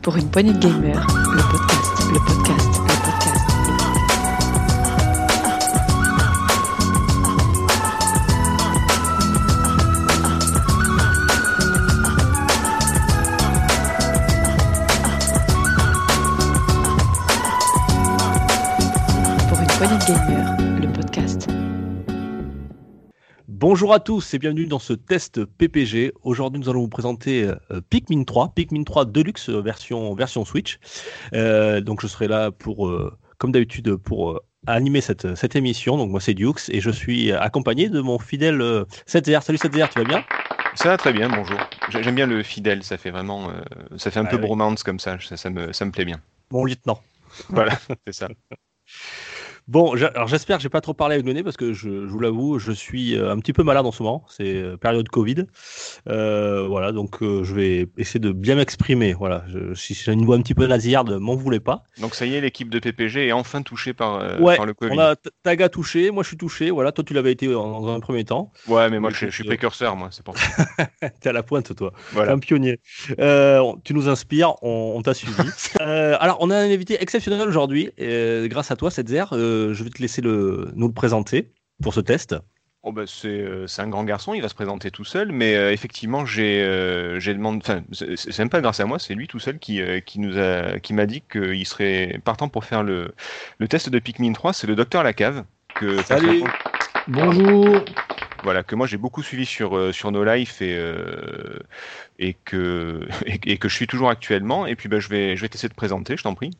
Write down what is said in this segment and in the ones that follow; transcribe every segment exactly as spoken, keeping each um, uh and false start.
Pour une poignée de gamers, le podcast, le podcast, le podcast. Pour une poignée de gamers, le podcast. Bonjour à tous et bienvenue dans ce test P P G. Aujourd'hui, nous allons vous présenter euh, Pikmin trois, Pikmin trois Deluxe version, version Switch. Euh, donc, je serai là pour, euh, comme d'habitude, pour euh, animer cette, cette émission. Donc, moi, c'est Dukes et je suis accompagné de mon fidèle euh, sept Z R. Salut sept Z R, tu vas bien ? Ça va très bien, bonjour. J'aime bien le fidèle, ça fait vraiment, euh, ça fait un ah, peu oui. bromance comme ça, ça, ça, me, ça me plaît bien. Mon lieutenant. Voilà, c'est ça. Bon, alors j'espère que j'ai pas trop parlé avec le nez parce que je, je vous l'avoue, je suis un petit peu malade en ce moment. C'est euh, période Covid, euh, voilà. Donc euh, je vais essayer de bien m'exprimer. Voilà, je, si j'ai une voix un petit peu nasillarde, m'en voulez pas. Donc ça y est, l'équipe de P P G est enfin touchée par, euh, ouais, par le Covid. On a Taga touché, moi je suis touché. Voilà, toi tu l'avais été dans un premier temps. Ouais, mais moi Donc, je, je suis précurseur, moi, c'est pour ça. T'es à la pointe, toi. Voilà. T'es un pionnier. Euh, tu nous inspires, on, on t'a suivi. euh, alors, on a un invité exceptionnel aujourd'hui. Euh, grâce à toi, sept Z R, euh, je vais te laisser le nous le présenter pour ce test. Oh bah c'est, euh, c'est un grand garçon, il va se présenter tout seul, mais euh, effectivement j'ai euh, j'ai demandé, enfin c'est, c'est même pas grâce à moi, c'est lui tout seul qui euh, qui nous a qui m'a dit qu'il serait partant pour faire le le test de Pikmin trois. C'est le docteur Lacave que Salut. Bonjour. Voilà, que moi j'ai beaucoup suivi sur euh, sur No Life et euh, et que et, et que je suis toujours actuellement. Et puis bah, je vais je vais t'essayer de te présenter, je t'en prie.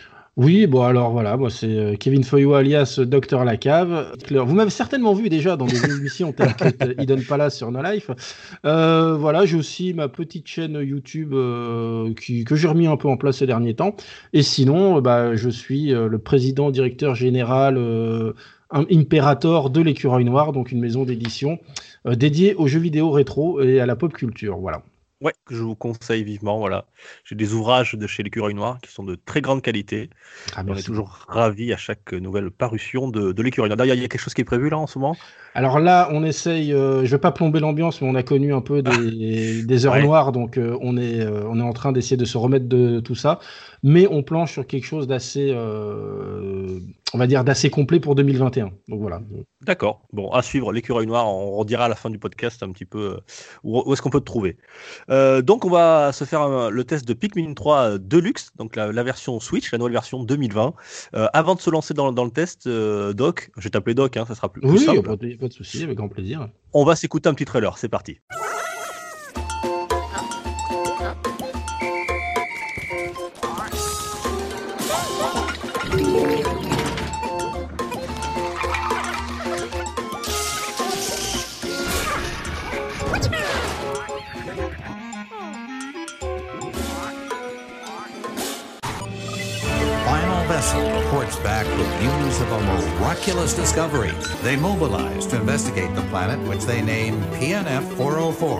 Oui, bon alors voilà, moi c'est Kevin Foyot alias Docteur Lacave. Vous m'avez certainement vu déjà dans des émissions telles que Hidden Palace sur No Life. Euh, voilà, j'ai aussi ma petite chaîne YouTube euh, qui, que j'ai remis un peu en place ces derniers temps. Et sinon, bah, je suis euh, le président directeur général euh, Imperator de l'Écureuil Noir, donc une maison d'édition euh, dédiée aux jeux vidéo rétro et à la pop culture. Voilà. Ouais, que je vous conseille vivement. Voilà, j'ai des ouvrages de chez l'Écureuil Noir qui sont de très grande qualité. Ah, on est toujours ravis à chaque nouvelle parution de, de l'Écureuil Noir. D'ailleurs, il y a quelque chose qui est prévu là en ce moment. Alors là, on essaye. Euh, je vais pas plomber l'ambiance, mais on a connu un peu des, des heures ouais. noires, donc euh, on est euh, on est en train d'essayer de se remettre de tout ça. Mais on planche sur quelque chose d'assez, euh, on va dire, d'assez complet pour deux mille vingt et un. Donc voilà. D'accord. Bon, à suivre l'Écureuil Noir. On redira à la fin du podcast un petit peu euh, où, où est-ce qu'on peut te trouver. Euh, donc, on va se faire un, le test de Pikmin trois Deluxe, donc la, la version Switch, la nouvelle version deux mille vingt. Euh, avant de se lancer dans, dans le test, euh, Doc, je vais t'appeler Doc, hein, ça sera plus, plus oui, simple. Oui, il n'y a pas de souci, avec grand plaisir. On va s'écouter un petit trailer. C'est parti. Final vessel reports back with news of a miraculous discovery. They mobilize to investigate the planet, which they name P N F four oh four.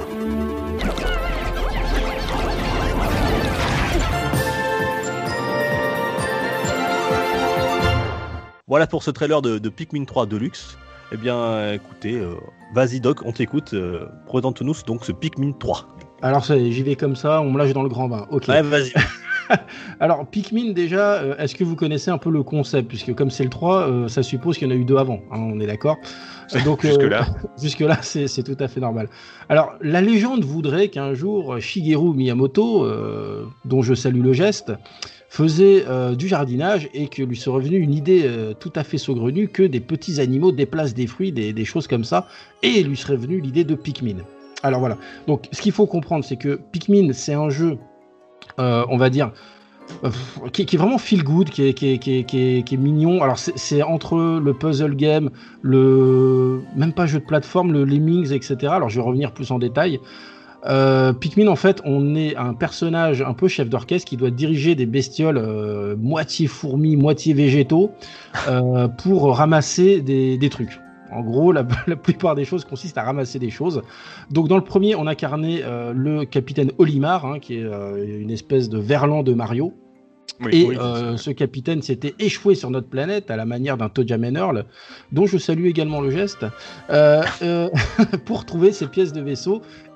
Voilà pour ce trailer de, de Pikmin trois Deluxe. Eh bien, écoutez, euh, vas-y Doc, on t'écoute. Euh, présente-nous donc ce Pikmin trois. Alors ça, j'y vais comme ça, on me lâche dans le grand bain. Ok. Ouais, vas-y. Alors, Pikmin, déjà, euh, est-ce que vous connaissez un peu le concept ? Puisque comme c'est le trois, euh, ça suppose qu'il y en a eu deux avant, hein, on est d'accord ? Donc, jusque-là, euh, jusque-là c'est, c'est tout à fait normal. Alors, la légende voudrait qu'un jour, Shigeru Miyamoto, euh, dont je salue le geste, faisait euh, du jardinage et que lui serait venue une idée euh, tout à fait saugrenue que des petits animaux déplacent des fruits, des, des choses comme ça, et lui serait venue l'idée de Pikmin. Alors voilà, donc ce qu'il faut comprendre, c'est que Pikmin, c'est un jeu, euh, on va dire, euh, qui, qui est vraiment feel good, qui est, qui est, qui est, qui est, qui est mignon. Alors c'est, c'est entre le puzzle game, le même pas jeu de plateforme, le Lemmings, et cetera. Alors je vais revenir plus en détail. Euh, Pikmin, en fait, on est un personnage un peu chef d'orchestre qui doit diriger des bestioles euh, moitié fourmis, moitié végétaux euh, pour ramasser des, des trucs. En gros, la, la plupart des choses consistent à ramasser des choses. Donc, dans le premier, on incarnait euh, le capitaine Olimar, hein, qui est euh, une espèce de Verlan de Mario. Oui, et oui, euh, ce capitaine s'était échoué sur notre planète à la manière d'un Toadjaman Earl, dont je salue également le geste, euh, euh, pour trouver ces pièces de vaisseau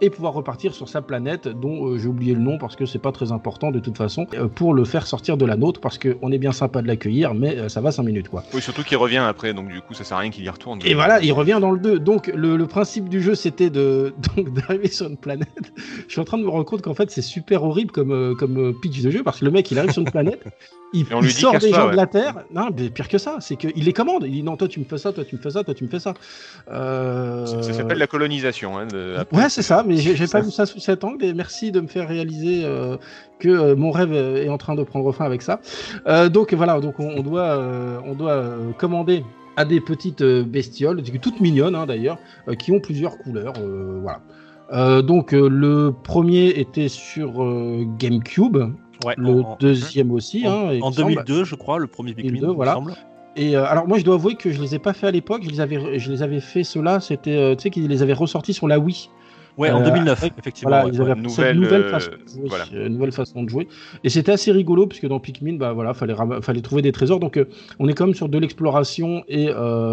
et pouvoir repartir sur sa planète, dont euh, j'ai oublié le nom parce que c'est pas très important de toute façon, euh, pour le faire sortir de la nôtre, parce qu'on est bien sympa de l'accueillir, mais euh, ça va cinq minutes quoi. Oui, surtout qu'il revient après, donc du coup ça sert à rien qu'il y retourne. Et voilà, il revient dans le deux. Donc le, le principe du jeu, c'était de donc d'arriver sur une planète. Je suis en train de me rendre compte qu'en fait c'est super horrible comme euh, comme euh, pitch de jeu, parce que le mec il arrive sur une planète, il, on il lui dit, sort des casse-toi, gens ouais. de la Terre. Non, mais pire que ça, c'est qu'il les commande. Il dit non, toi tu me fais ça, toi tu me fais ça, toi tu me fais ça. Euh... Ça, ça s'appelle la colonisation. Hein, de... Ouais, c'est ça, mais j'ai, j'ai pas vu ça sous cet angle, et merci de me faire réaliser euh, que euh, mon rêve est en train de prendre fin avec ça. Euh, donc voilà, donc on, on doit, euh, on doit euh, commander à des petites euh, bestioles, toutes mignonnes hein, d'ailleurs, euh, qui ont plusieurs couleurs. Euh, voilà. Euh, donc euh, le premier était sur euh, GameCube, Ouais, le en, deuxième aussi. en, hein, il en me semble. deux mille deux, je crois, le premier Pikmin, deux, il me voilà. semble. Et euh, alors moi je dois avouer que je les ai pas fait à l'époque, je les avais, je les avais fait ceux-là, c'était, euh, tu sais qu'ils les avaient ressortis sur la Wii. Ouais, en Euh, deux mille neuf, avec- effectivement. Voilà, ouais, ils avaient ouais. appris ça, nouvelle, une nouvelle euh, façon de jouer, voilà. euh, une nouvelle façon de jouer. Et c'était assez rigolo puisque dans Pikmin, bah voilà, fallait ram- fallait trouver des trésors. Donc euh, on est quand même sur de l'exploration et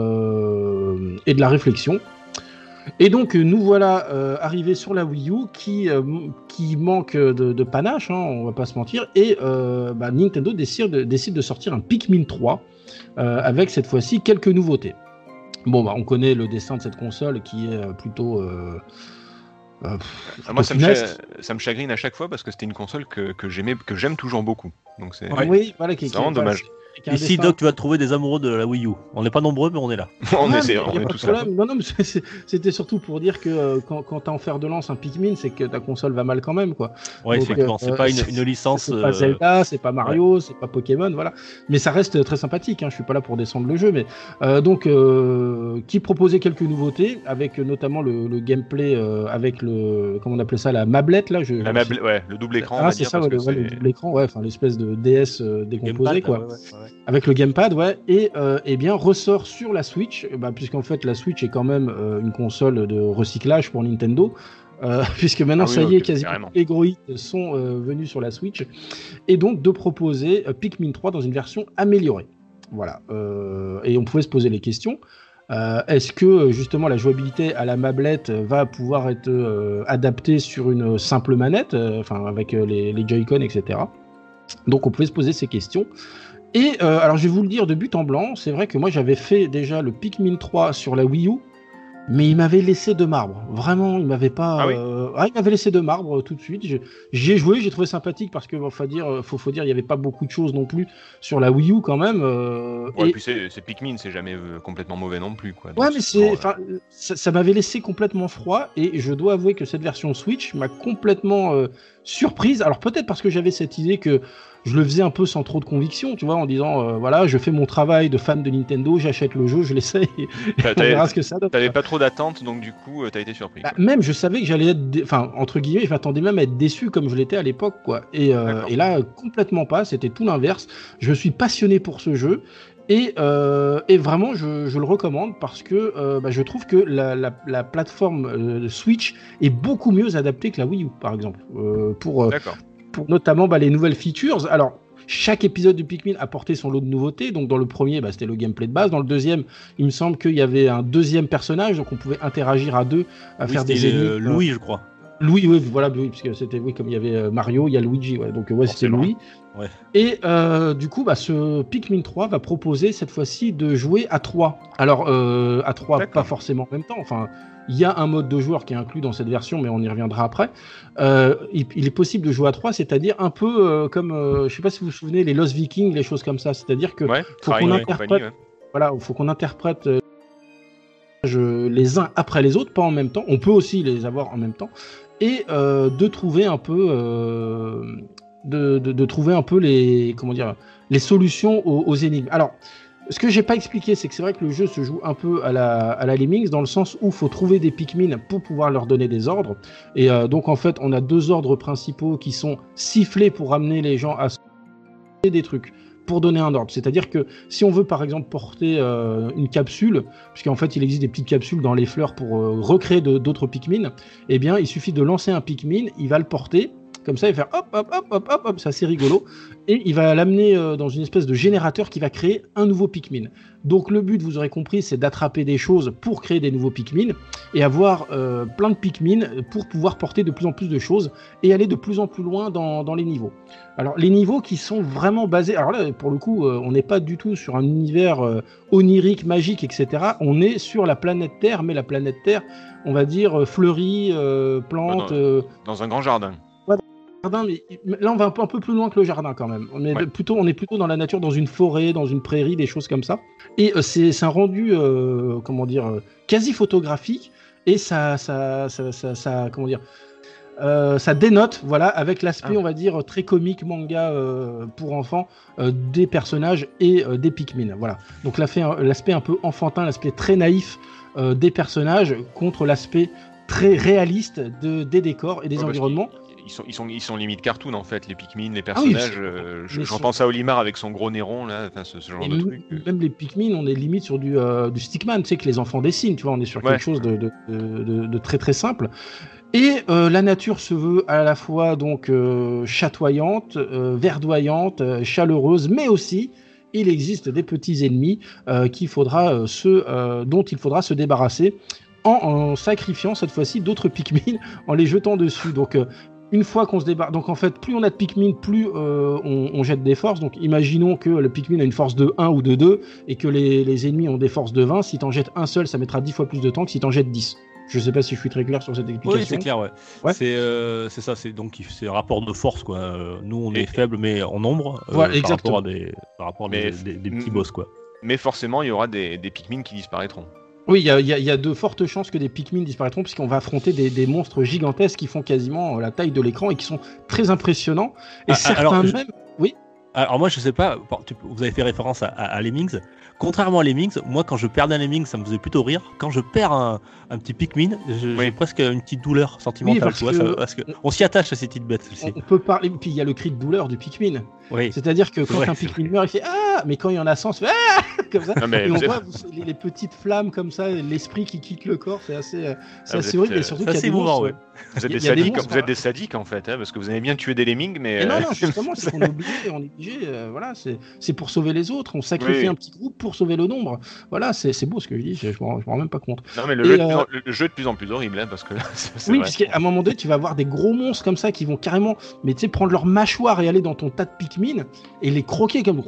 euh, et de la réflexion. Et donc euh, nous voilà euh, arrivés sur la Wii U qui euh, m- qui manque de, de panache, hein, on va pas se mentir. Et euh, bah, Nintendo décide de, décide de sortir un Pikmin trois euh, avec cette fois-ci quelques nouveautés. Bon bah on connaît le dessin de cette console qui est euh, plutôt euh, Euh, pff, Ah, moi, ça me, funeste. cha- ça me chagrine à chaque fois parce que c'était une console que, que j'aimais, que j'aime toujours beaucoup. Donc c'est Ouais. Oui, voilà, qui, C'est vraiment qui- dommage. qui a un Ici, dessin- Doc, tu vas trouver des amoureux de la Wii U. On n'est pas nombreux, mais on est là. on, Ouais, est, c'est- mais on y a est pas de tous là. problème. Non, non, mais c'est- c'est- c'était surtout pour dire que euh, quand, quand t'as en fer de lance un Pikmin, c'est que ta console va mal quand même, quoi. Ouais, Donc, effectivement. euh, C'est pas une, c'est- une licence. C'est pas euh, Zelda, c'est pas Mario, c'est pas Pokémon, voilà. Mais ça reste très sympathique. Hein. Je suis pas là pour descendre le jeu, mais euh, donc euh, qui proposait quelques nouveautés, avec euh, notamment le, le gameplay euh, avec le comment on appelait ça, la mablette là. Je, La mable- ouais, le double écran, on Ah, va c'est dire, ça, parce ouais, que le, ouais, le c'est- double écran, ouais, enfin l'espèce de D S euh, décomposé, gamepad, quoi. ouais, ouais, ouais. Avec le gamepad, ouais, et euh, eh bien ressort sur la Switch, euh, bah, puisqu'en fait la Switch est quand même euh, une console de recyclage pour Nintendo, euh, puisque maintenant Ah oui, ça y ok, est, quasiment carrément. tous les Groïdes sont euh, venus sur la Switch, et donc de proposer euh, Pikmin trois dans une version améliorée. Voilà, euh, et on pouvait se poser les questions. Euh, est-ce que justement la jouabilité à la mablette va pouvoir être euh, adaptée sur une simple manette, euh, enfin avec euh, les, les Joy-Con, et cetera. Donc on pouvait se poser ces questions. Et euh, alors je vais vous le dire de but en blanc, c'est vrai que moi j'avais fait déjà le Pikmin trois sur la Wii U, mais il m'avait laissé de marbre. Vraiment, il m'avait pas. Ah oui euh, ah, il m'avait laissé de marbre euh, tout de suite. Je- J'y ai joué, j'ai trouvé sympathique parce que faut dire, euh, faut, faut dire, il y avait pas beaucoup de choses non plus sur la Wii U quand même. euh, Ouais, et- puis c'est c'est Pikmin, c'est jamais euh, complètement mauvais non plus. Quoi. Donc Ouais, mais c'est, toujours, euh, enfin, ça, ça m'avait laissé complètement froid et je dois avouer que cette version Switch m'a complètement euh, surprise. Alors peut-être parce que j'avais cette idée que je le faisais un peu sans trop de conviction, tu vois, en disant euh, voilà, je fais mon travail de fan de Nintendo, j'achète le jeu, je l'essaye, et T'as- on t'avais- verra ce que ça donne. T'avais pas trop d'attentes, donc du coup, euh, t'as été surpris. Bah, quoi. même, je savais que j'allais être, dé- enfin, entre guillemets, je m'attendais même à être déçu comme je l'étais à l'époque, quoi. Et, euh, D'accord. et là, complètement pas, c'était tout l'inverse. Je me suis passionné pour ce jeu. Et, euh, et vraiment, je, je le recommande parce que euh, bah, je trouve que la, la, la plateforme euh, Switch est beaucoup mieux adaptée que la Wii U, par exemple, euh, pour, euh, D'accord. pour notamment bah, les nouvelles features. Alors, chaque épisode de Pikmin apportait son lot de nouveautés. Donc, dans le premier, bah, c'était le gameplay de base. Dans le deuxième, il me semble qu'il y avait un deuxième personnage, donc on pouvait interagir à deux, à Oui, faire des c'était, euh, énigmes. Louis, je crois. Louis, oui, voilà, oui, parce que c'était, oui, comme il y avait euh, Mario, il y a Luigi, ouais, donc euh, ouais, c'était Forcément. Louis. Ouais. Et euh, du coup, bah, ce Pikmin trois va proposer cette fois-ci de jouer à trois. Alors, euh, à trois, D'accord. pas forcément en même temps, enfin, il y a un mode de joueur qui est inclus dans cette version, mais on y reviendra après. Euh, il, il est possible de jouer à trois, c'est-à-dire un peu euh, comme, euh, je sais pas si vous vous souvenez, les Lost Vikings, les choses comme ça, c'est-à-dire que Ouais, faut Train qu'on et interprète- compagnie, ouais. voilà, il faut qu'on interprète euh, les uns après les autres, pas en même temps. On peut aussi les avoir en même temps, et euh, de trouver un peu, euh, de, de, de trouver un peu les, comment dire, les solutions aux, aux énigmes. Alors, ce que j'ai pas expliqué, c'est que c'est vrai que le jeu se joue un peu à la, à la Lemmings, dans le sens où il faut trouver des Pikmin pour pouvoir leur donner des ordres. Et euh, donc en fait, on a deux ordres principaux qui sont sifflés pour amener les gens à des trucs pour donner un ordre. C'est-à-dire que si on veut par exemple porter euh, une capsule, puisqu'en fait il existe des petites capsules dans les fleurs pour euh, recréer de- d'autres Pikmin, eh bien il suffit de lancer un Pikmin, il va le porter, comme ça, il va faire hop, hop, hop, hop, hop, hop, c'est assez rigolo. Et il va l'amener euh, dans une espèce de générateur qui va créer un nouveau Pikmin. Donc le but, vous aurez compris, c'est d'attraper des choses pour créer des nouveaux Pikmin et avoir euh, plein de Pikmin pour pouvoir porter de plus en plus de choses et aller de plus en plus loin dans, dans les niveaux. Alors les niveaux qui sont vraiment basés, alors là pour le coup, euh, on n'est pas du tout sur un univers euh, onirique, magique, et cetera. On est sur la planète Terre, mais la planète Terre, on va dire euh, fleurie, euh, plantes. Dans, euh, dans un grand jardin. Jardin, mais là on va un peu, un peu plus loin que le jardin quand même. On est, Ouais. plutôt, on est plutôt dans la nature, dans une forêt, dans une prairie, des choses comme ça. Et euh, c'est, c'est un rendu, euh, comment dire, euh, quasi photographique. Et ça, ça, ça, ça, ça comment dire, euh, ça dénote, voilà, avec l'aspect, Ah. on va dire, très comique, manga euh, pour enfants, euh, des personnages et euh, des Pikmin. Voilà. Donc l'aspect, l'aspect un peu enfantin, l'aspect très naïf euh, des personnages contre l'aspect très réaliste de, des décors et des Ouais, parce environnements. qu'ils- Ils sont, ils, sont, ils sont limite cartoon en fait, les Pikmin, les Ah oui, personnages. c'est- euh, je mais je sur- repense à Olimar avec son gros néron, là, enfin, ce, ce genre Et de m- truc. euh. Même les Pikmin, on est limite sur du, euh, du stickman, tu sais, que les enfants dessinent, tu vois, on est sur Ouais. quelque chose de, de, de- de- de très très simple. Et euh, la nature se veut à la fois donc euh, chatoyante, euh, verdoyante, euh, chaleureuse, mais aussi il existe des petits ennemis euh, qu'il faudra euh, se, euh, dont il faudra se débarrasser en, en sacrifiant cette fois-ci d'autres Pikmin en les jetant dessus. Donc euh, une fois qu'on se débarrasse, donc en fait, plus on a de Pikmin, plus euh, on, on jette des forces. Donc imaginons que le Pikmin a une force de un ou de deux et que les, les ennemis ont des forces de vingt. Si t'en jettes un seul, ça mettra dix fois plus de temps que si t'en jettes dix. Je sais pas si je suis très clair sur cette explication. Oui, c'est clair, ouais. Ouais. C'est euh, c'est ça, c'est donc c'est un rapport de force, quoi. Euh, Nous, on Et- est faible, mais en nombre, euh, Voilà, par exactement. rapport à des, par rapport à Mais- des, des- des petits Mm. boss, quoi. Mais forcément, il y aura des, des Pikmin qui disparaîtront. Oui, il y a, il y a- il y a de fortes chances que des Pikmin disparaîtront puisqu'on va affronter des, des monstres gigantesques qui font quasiment euh, la taille de l'écran et qui sont très impressionnants. Et Ah, certains alors, je- même... Alors moi, je sais pas, par- tu- vous avez fait référence à, à, à Lemmings. Contrairement à Lemmings, moi, quand je perdais un Lemmings, ça me faisait plutôt rire. Quand je perds un, un petit Pikmin, je- Oui. j'ai presque une petite douleur sentimentale. Oui, parce tu vois, que- ça- parce que on s'y attache à ces petites bêtes. On, aussi. on peut parler, puis il y a le cri de douleur du Pikmin. Oui. C'est-à-dire que quand vrai, un c'est Pikmin meurt, il fait ah, mais quand il y en a cent, il fait ah comme ça. Non, mais Et on vous êtes- voit vous- les, les petites flammes comme ça, l'esprit qui quitte le corps, c'est assez, euh, c'est Ah, assez vous horrible. êtes, Et surtout C'est qu'il y a assez des émouvant, monstres. ouais. Vous êtes Il y des a des sadiques, monstres, vous êtes hein. des sadiques en fait, hein, parce que vous aimez bien tuer des lemmings, mais. Et non, euh, non, justement, c'est qu'on est obligé, on est obligé, euh, voilà, c'est, c'est pour sauver les autres, on sacrifie Oui. un petit groupe pour sauver le nombre. Voilà, c'est, c'est beau ce que je dis, je, je, me rends, je me rends même pas compte. Non, mais le, Et, jeu est de euh, plus en, le jeu est de plus en plus horrible, hein, parce que là, c'est c'est Oui, vrai. parce qu'à un moment donné, tu vas avoir des gros monstres comme ça qui vont carrément, mais tu sais, prendre leur mâchoire et aller dans ton tas de Pikmin et les croquer comme.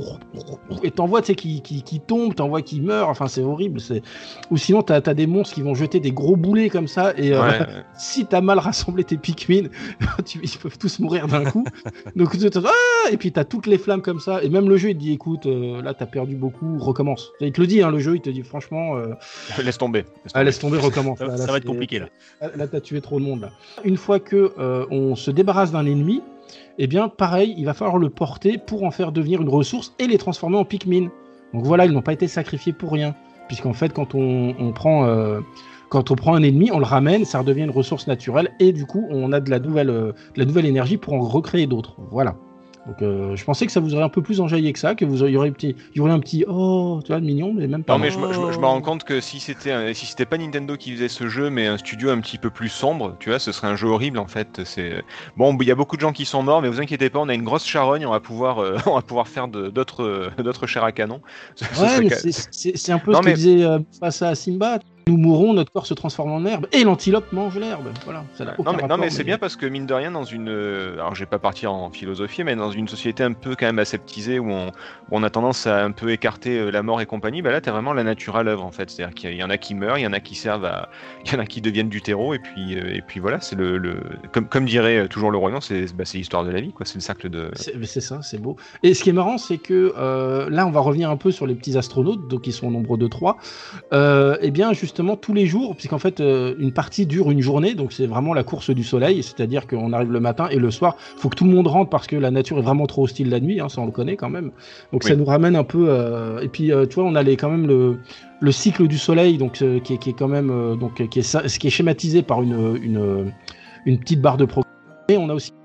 Et t'envoies, tu sais, qui, qui, qui tombent, t'envoies qui meurent, enfin, c'est horrible. C'est... Ou sinon, t'as, t'as des monstres qui vont jeter des gros boulets comme ça et euh, Ouais, ouais. si t'as mal rassemblé tes Pikmin, tu, ils peuvent tous mourir d'un coup. Donc, tu- t'as- ah et puis t'as toutes les flammes comme ça. Et même le jeu, il te dit écoute, euh, là, t'as perdu beaucoup, recommence. Il te le dit, hein, le jeu, il te dit franchement, euh, Laisse tomber. Laisse ah, tomber. laisse tomber, recommence. Ça, Là, ça là, va être c'est- compliqué là. Là, là, t'as tué trop de monde. Là. Une fois que euh, on se débarrasse d'un ennemi, eh bien, pareil, il va falloir le porter pour en faire devenir une ressource et les transformer en Pikmin. Donc voilà, ils n'ont pas été sacrifiés pour rien, puisqu'en fait, quand on, on prend euh, quand on prend un ennemi, on le ramène, ça redevient une ressource naturelle et du coup, on a de la nouvelle euh, de la nouvelle énergie pour en recréer d'autres. Voilà. Donc, euh, je pensais que ça vous aurait un peu plus enjaillé que ça, que vous auriez un petit, il y aurait un petit oh, tu vois, mignon, mais même pas. Non, mais je, me- je me- je me rends compte que si c'était un- si c'était pas Nintendo qui faisait ce jeu, mais un studio un petit peu plus sombre, tu vois, ce serait un jeu horrible en fait. C'est bon, il y a beaucoup de gens qui sont morts, mais vous inquiétez pas, on a une grosse charogne, on va pouvoir, euh, on va pouvoir faire de- d'autres, euh, d'autres chairs à canon. Ce- ce Ouais, serait mais ca- c'est- c'est c'est un peu Non, ce que mais- disait euh, face à Simba. Nous mourrons, notre corps se transforme en herbe et l'antilope mange l'herbe. Voilà, ça n'a aucun Non mais, non, rapport, mais c'est bien parce que mine de rien dans une euh, alors je vais pas partir en philosophie mais dans une société un peu quand même aseptisée où on, où on a tendance à un peu écarter euh, la mort et compagnie, bah là t'as vraiment la nature à l'œuvre en fait, c'est-à-dire qu'il y, y en a qui meurent, il y en a qui servent à il y en a qui deviennent du terreau et puis euh, et puis voilà, c'est le, le comme comme dirait euh, toujours le royaume, c'est bah, c'est l'histoire de la vie quoi, c'est le cercle de C'est mais c'est ça, c'est beau. Et ce qui est marrant, c'est que euh, là, on va revenir un peu sur les petits astronautes, donc ils sont au nombre de trois. Euh, et bien, justement, tous les jours, puisqu'en fait, euh, une partie dure une journée, donc c'est vraiment la course du soleil, c'est-à-dire qu'on arrive le matin et le soir, il faut que tout le monde rentre parce que la nature est vraiment trop hostile la nuit, hein, ça on le connaît quand même. Donc Oui. ça nous ramène un peu. Euh, et puis, euh, tu vois, on a les, quand même le, le cycle du soleil, donc euh, qui, est, qui est quand même euh, donc qui est, ça- qui est schématisé par une, une, une petite barre de progrès. Et on a aussi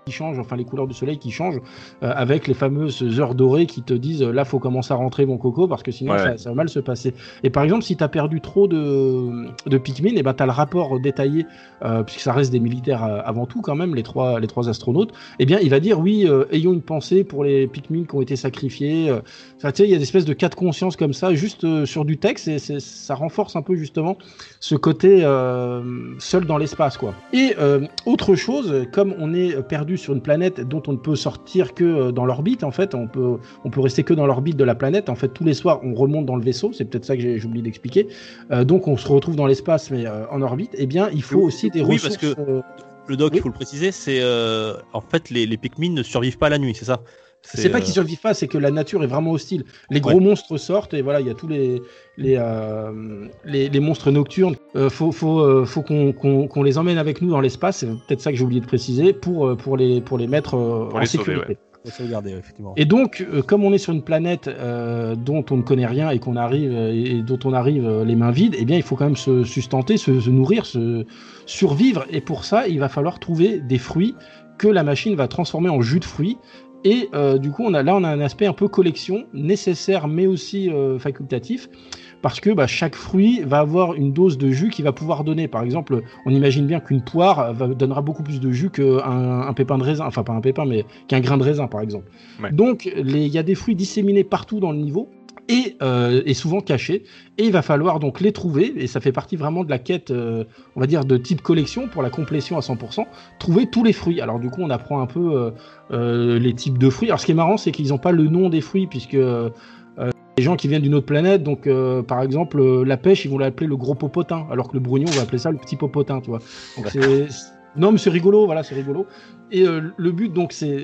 qui changent, enfin les couleurs du soleil qui changent, euh, avec les fameuses heures dorées qui te disent euh, là faut commencer à rentrer mon coco parce que sinon ouais. ça, ça va mal se passer. Et par exemple si tu as perdu trop de, de Pikmin, et ben tu as le rapport détaillé, euh, puisque ça reste des militaires euh, avant tout quand même, les trois, les trois astronautes, et bien il va dire oui, euh, ayons une pensée pour les Pikmin qui ont été sacrifiés. Euh, enfin, tu sais, il y a des espèces de cas de conscience comme ça, juste euh, sur du texte, et c'est, ça renforce un peu justement ce côté euh, seul dans l'espace, quoi. Et euh, autre chose, comme on est perdu sur une planète dont on ne peut sortir que dans l'orbite, en fait, on peut, on peut rester que dans l'orbite de la planète. En fait, tous les soirs, on remonte dans le vaisseau. C'est peut-être ça que j'ai, j'ai oublié d'expliquer. Euh, donc, on se retrouve dans l'espace, mais euh, en orbite. Eh bien, il faut oui, aussi des oui, ressources. Parce que euh... le doc, il oui. faut le préciser, c'est euh, en fait les, les Pikmin ne survivent pas la nuit, c'est ça. C'est, c'est pas euh... qu'ils survivent pas, c'est que la nature est vraiment hostile. Les gros ouais. monstres sortent et voilà, il y a tous les les, euh, les les monstres nocturnes. Euh, faut faut euh, faut qu'on, qu'on qu'on les emmène avec nous dans l'espace. C'est peut-être ça que j'ai oublié de préciser pour pour les pour les mettre euh, pour en les sécurité. Sauver, ouais. Sauvegarder, effectivement. Et donc, euh, comme on est sur une planète euh, dont on ne connaît rien et qu'on arrive euh, et dont on arrive euh, les mains vides, eh bien, il faut quand même se sustenter, se, se nourrir, se survivre. Et pour ça, il va falloir trouver des fruits que la machine va transformer en jus de fruits. Et euh, du coup, on a là, on a un aspect un peu collection, nécessaire mais aussi euh, facultatif, parce que bah, chaque fruit va avoir une dose de jus qu'il va pouvoir donner. Par exemple, on imagine bien qu'une poire va, donnera beaucoup plus de jus qu'un un pépin de raisin, enfin pas un pépin, mais qu'un grain de raisin, par exemple. Ouais. Donc, il y a des fruits disséminés partout dans le niveau. Et, euh, et souvent cachés, et il va falloir donc les trouver, et ça fait partie vraiment de la quête, euh, on va dire, de type collection, pour la complétion à cent pour cent, trouver tous les fruits. Alors du coup, on apprend un peu euh, euh, les types de fruits. Alors ce qui est marrant, c'est qu'ils n'ont pas le nom des fruits, puisque euh, les gens qui viennent d'une autre planète, donc euh, par exemple, euh, la pêche, ils vont l'appeler le gros popotin, alors que le brugnon, on va appeler ça le petit popotin, tu vois. Donc c'est... Non, mais c'est rigolo, voilà, c'est rigolo. Et euh, le but, donc, c'est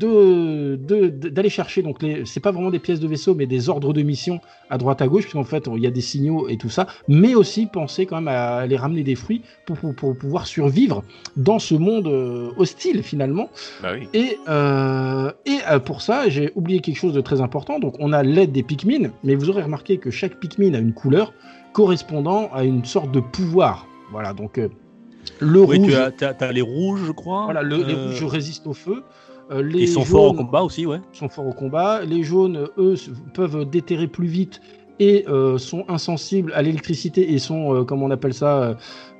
de, de, de, d'aller chercher, donc, les, c'est pas vraiment des pièces de vaisseau, mais des ordres de mission à droite à gauche, puisqu'en fait, il y a des signaux et tout ça, mais aussi penser quand même à aller ramener des fruits pour, pour, pour pouvoir survivre dans ce monde euh, hostile, finalement. Bah oui. Et, euh, et euh, pour ça, j'ai oublié quelque chose de très important. Donc, on a l'aide des Pikmin, mais vous aurez remarqué que chaque Pikmin a une couleur correspondant à une sorte de pouvoir. Voilà, donc... Euh, Le oui, rouge, tu as, t'as, t'as les rouges, je crois. Voilà, le, euh... les rouges résistent au feu. Euh, les Ils sont jaunes forts au combat aussi, ouais. sont forts au combat. Les jaunes, eux, peuvent déterrer plus vite et euh, sont insensibles à l'électricité et sont, euh, comment on appelle ça,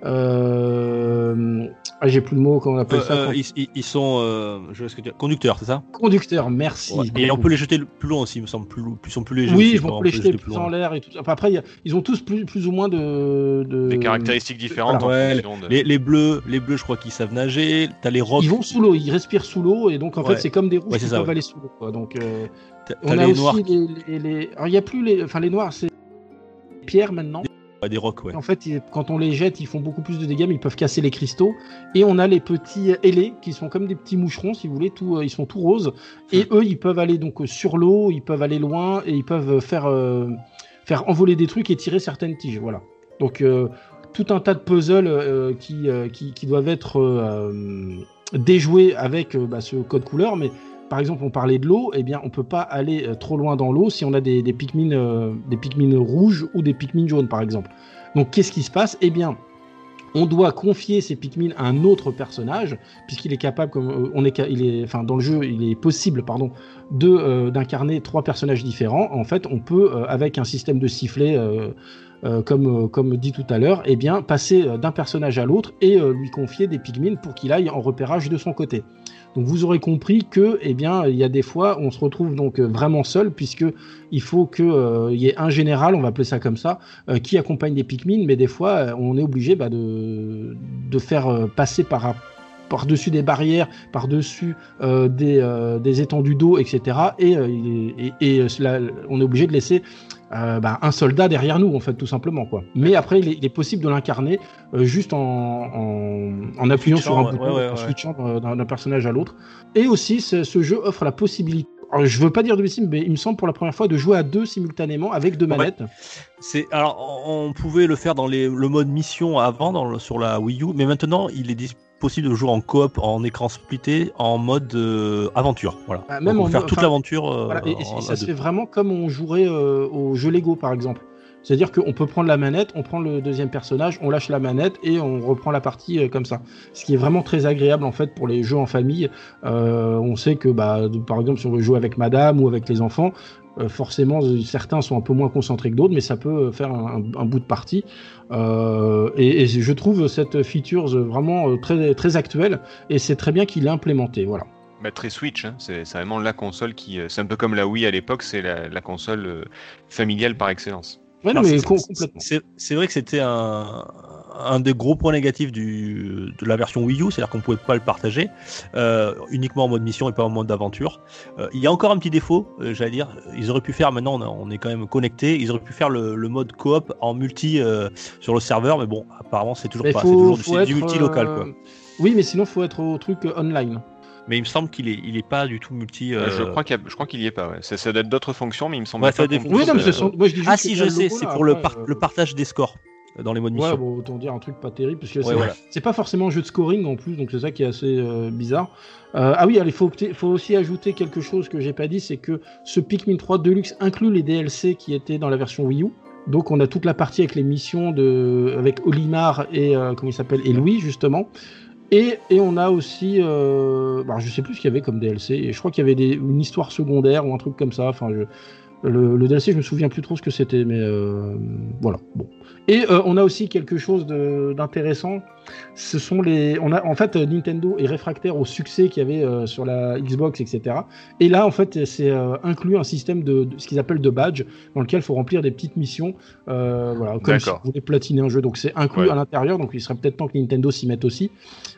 euh... ah, j'ai plus le mot, comment on appelle euh, ça euh, quand... ils, ils sont, euh, je sais ce que tu... conducteurs, c'est ça? Conducteurs, merci. Ouais. Et on peut les jeter plus loin aussi, il me semble, plus, plus sont plus légers. Oui, aussi, ils vont les jeter plus, plus en l'air et tout. Enfin, après, y a... ils ont tous plus, plus ou moins de, de... des caractéristiques différentes. Voilà. En ouais, fonction de... les, les bleus, les bleus, je crois qu'ils savent nager. T'as les rocs. Ils vont sous l'eau, ils respirent sous l'eau et donc en ouais. fait c'est comme des rouges ouais, qui ça, peuvent ouais. aller sous l'eau. Quoi. Donc euh, t'as, on t'as a les aussi noirs. les, les, les... Alors il y a plus les, enfin les noirs, c'est des pierres maintenant. Ouais, des rocs, ouais. En fait, quand on les jette, ils font beaucoup plus de dégâts, mais ils peuvent casser les cristaux. Et on a les petits ailés qui sont comme des petits moucherons, si vous voulez, tout, ils sont tout roses. Et mmh. eux, ils peuvent aller donc sur l'eau, ils peuvent aller loin et ils peuvent faire euh, faire envoler des trucs et tirer certaines tiges. Voilà. Donc euh, tout un tas de puzzles euh, qui, euh, qui qui doivent être euh, déjoués avec euh, bah, ce code couleur, mais par exemple, on parlait de l'eau, eh bien, on peut pas aller euh, trop loin dans l'eau si on a des, des Pikmin, euh, des Pikmin rouges ou des Pikmin jaunes, par exemple. Donc, qu'est-ce qui se passe? Eh bien, on doit confier ces Pikmin à un autre personnage, puisqu'il est capable, comme euh, on est, il est, enfin, dans le jeu, il est possible, pardon, de euh, d'incarner trois personnages différents. En fait, on peut, euh, avec un système de sifflet, euh, euh, comme euh, comme dit tout à l'heure, eh bien, passer euh, d'un personnage à l'autre et euh, lui confier des Pikmin pour qu'il aille en repérage de son côté. Donc vous aurez compris que, eh bien, il y a des fois, on se retrouve donc vraiment seul, puisque il faut que euh, y ait un général, on va appeler ça comme ça, euh, qui accompagne des Pikmin, mais des fois, euh, on est obligé bah, de de faire euh, passer par par-dessus des barrières, par-dessus euh, des, euh, des étendues d'eau, et cetera. Et, euh, et, et, et cela, on est obligé de laisser euh, bah, un soldat derrière nous, en fait, tout simplement, quoi. Mais après, il est, il est possible de l'incarner euh, juste en, en, en appuyant sur un ouais, bouton, ouais, ouais, en ouais. switchant d'un, d'un personnage à l'autre. Et aussi, ce, ce jeu offre la possibilité, alors, je veux pas dire de bêtises, mais il me semble pour la première fois de jouer à deux simultanément avec deux manettes. Ouais. C'est, alors, on pouvait le faire dans les, le mode mission avant dans le, sur la Wii U, mais maintenant, il est disponible. Possible de jouer en coop, en écran splitté, en mode euh, aventure. Voilà. Ah, même on en peut faire mo- toute enfin, l'aventure. Euh, voilà, et, et en, ça se fait vraiment comme on jouerait euh, au jeu Lego, par exemple. C'est-à-dire qu'on peut prendre la manette, on prend le deuxième personnage, on lâche la manette et on reprend la partie euh, comme ça. Ce qui est vraiment très agréable en fait pour les jeux en famille. Euh, on sait que bah, de, par exemple si on veut jouer avec madame ou avec les enfants, euh, forcément certains sont un peu moins concentrés que d'autres, mais ça peut faire un, un, un bout de partie. Euh, et, et je trouve cette feature vraiment très, très actuelle et c'est très bien qu'il l'ait implémenté. Voilà. Bah, très Switch, hein. c'est, c'est vraiment la console qui... C'est un peu comme la Wii à l'époque, c'est la, la console euh, familiale par excellence. Ouais, non, Alors, mais c'est, com- c'est, complètement. c'est, c'est vrai que c'était un, un des gros points négatifs du, de la version Wii U, c'est-à-dire qu'on ne pouvait pas le partager, euh, uniquement en mode mission et pas en mode aventure. Euh, il y a encore un petit défaut, euh, j'allais dire, ils auraient pu faire, maintenant on, a, on est quand même connecté, ils auraient pu faire le, le mode coop en multi euh, sur le serveur, mais bon, apparemment c'est toujours Mais pas, faut- c'est toujours faut c'est du être, multi-local. euh, Quoi. Oui, mais sinon, il faut être au truc euh, online. Mais il me semble qu'il est, il est pas du tout multi. Euh, Euh... Je crois qu'il y a, je crois qu'il y est pas. Ouais. Ça, ça doit être d'autres fonctions, mais il me semble Ouais, pas ça doit être qu'on des Oui, puisse, non, mais euh, ce sont... Moi, je dis juste Ah que si, t'as je le sais, logo, c'est là, pour le, après, par- euh, le partage des scores dans les modes Ouais, mission. bon, autant dire un truc pas terrible, parce que Ouais, c'est, voilà. c'est pas forcément un jeu de scoring en plus, donc c'est ça qui est assez euh, bizarre. Euh, ah oui, il faut, faut aussi ajouter quelque chose que j'ai pas dit, c'est que ce Pikmin trois Deluxe inclut les D L C qui étaient dans la version Wii U. Donc on a toute la partie avec les missions de, avec Olimar et euh, comment il s'appelle, et Louis justement. Et, et on a aussi, euh, bah, je sais plus ce qu'il y avait comme D L C. Et je crois qu'il y avait des, une histoire secondaire ou un truc comme ça. Enfin, je, le, le D L C, je me souviens plus trop ce que c'était, mais euh, voilà. Bon. Et euh, on a aussi quelque chose de, d'intéressant. Ce sont les, on a en fait Nintendo est réfractaire au succès qu'il y avait euh, sur la Xbox, et cetera. Et là, en fait, c'est euh, inclus un système de, de ce qu'ils appellent de badge, dans lequel il faut remplir des petites missions, euh, voilà, comme D'accord. si vous voulez platiner un jeu. Donc c'est inclus Ouais. à l'intérieur. Donc il serait peut-être temps que Nintendo s'y mette aussi,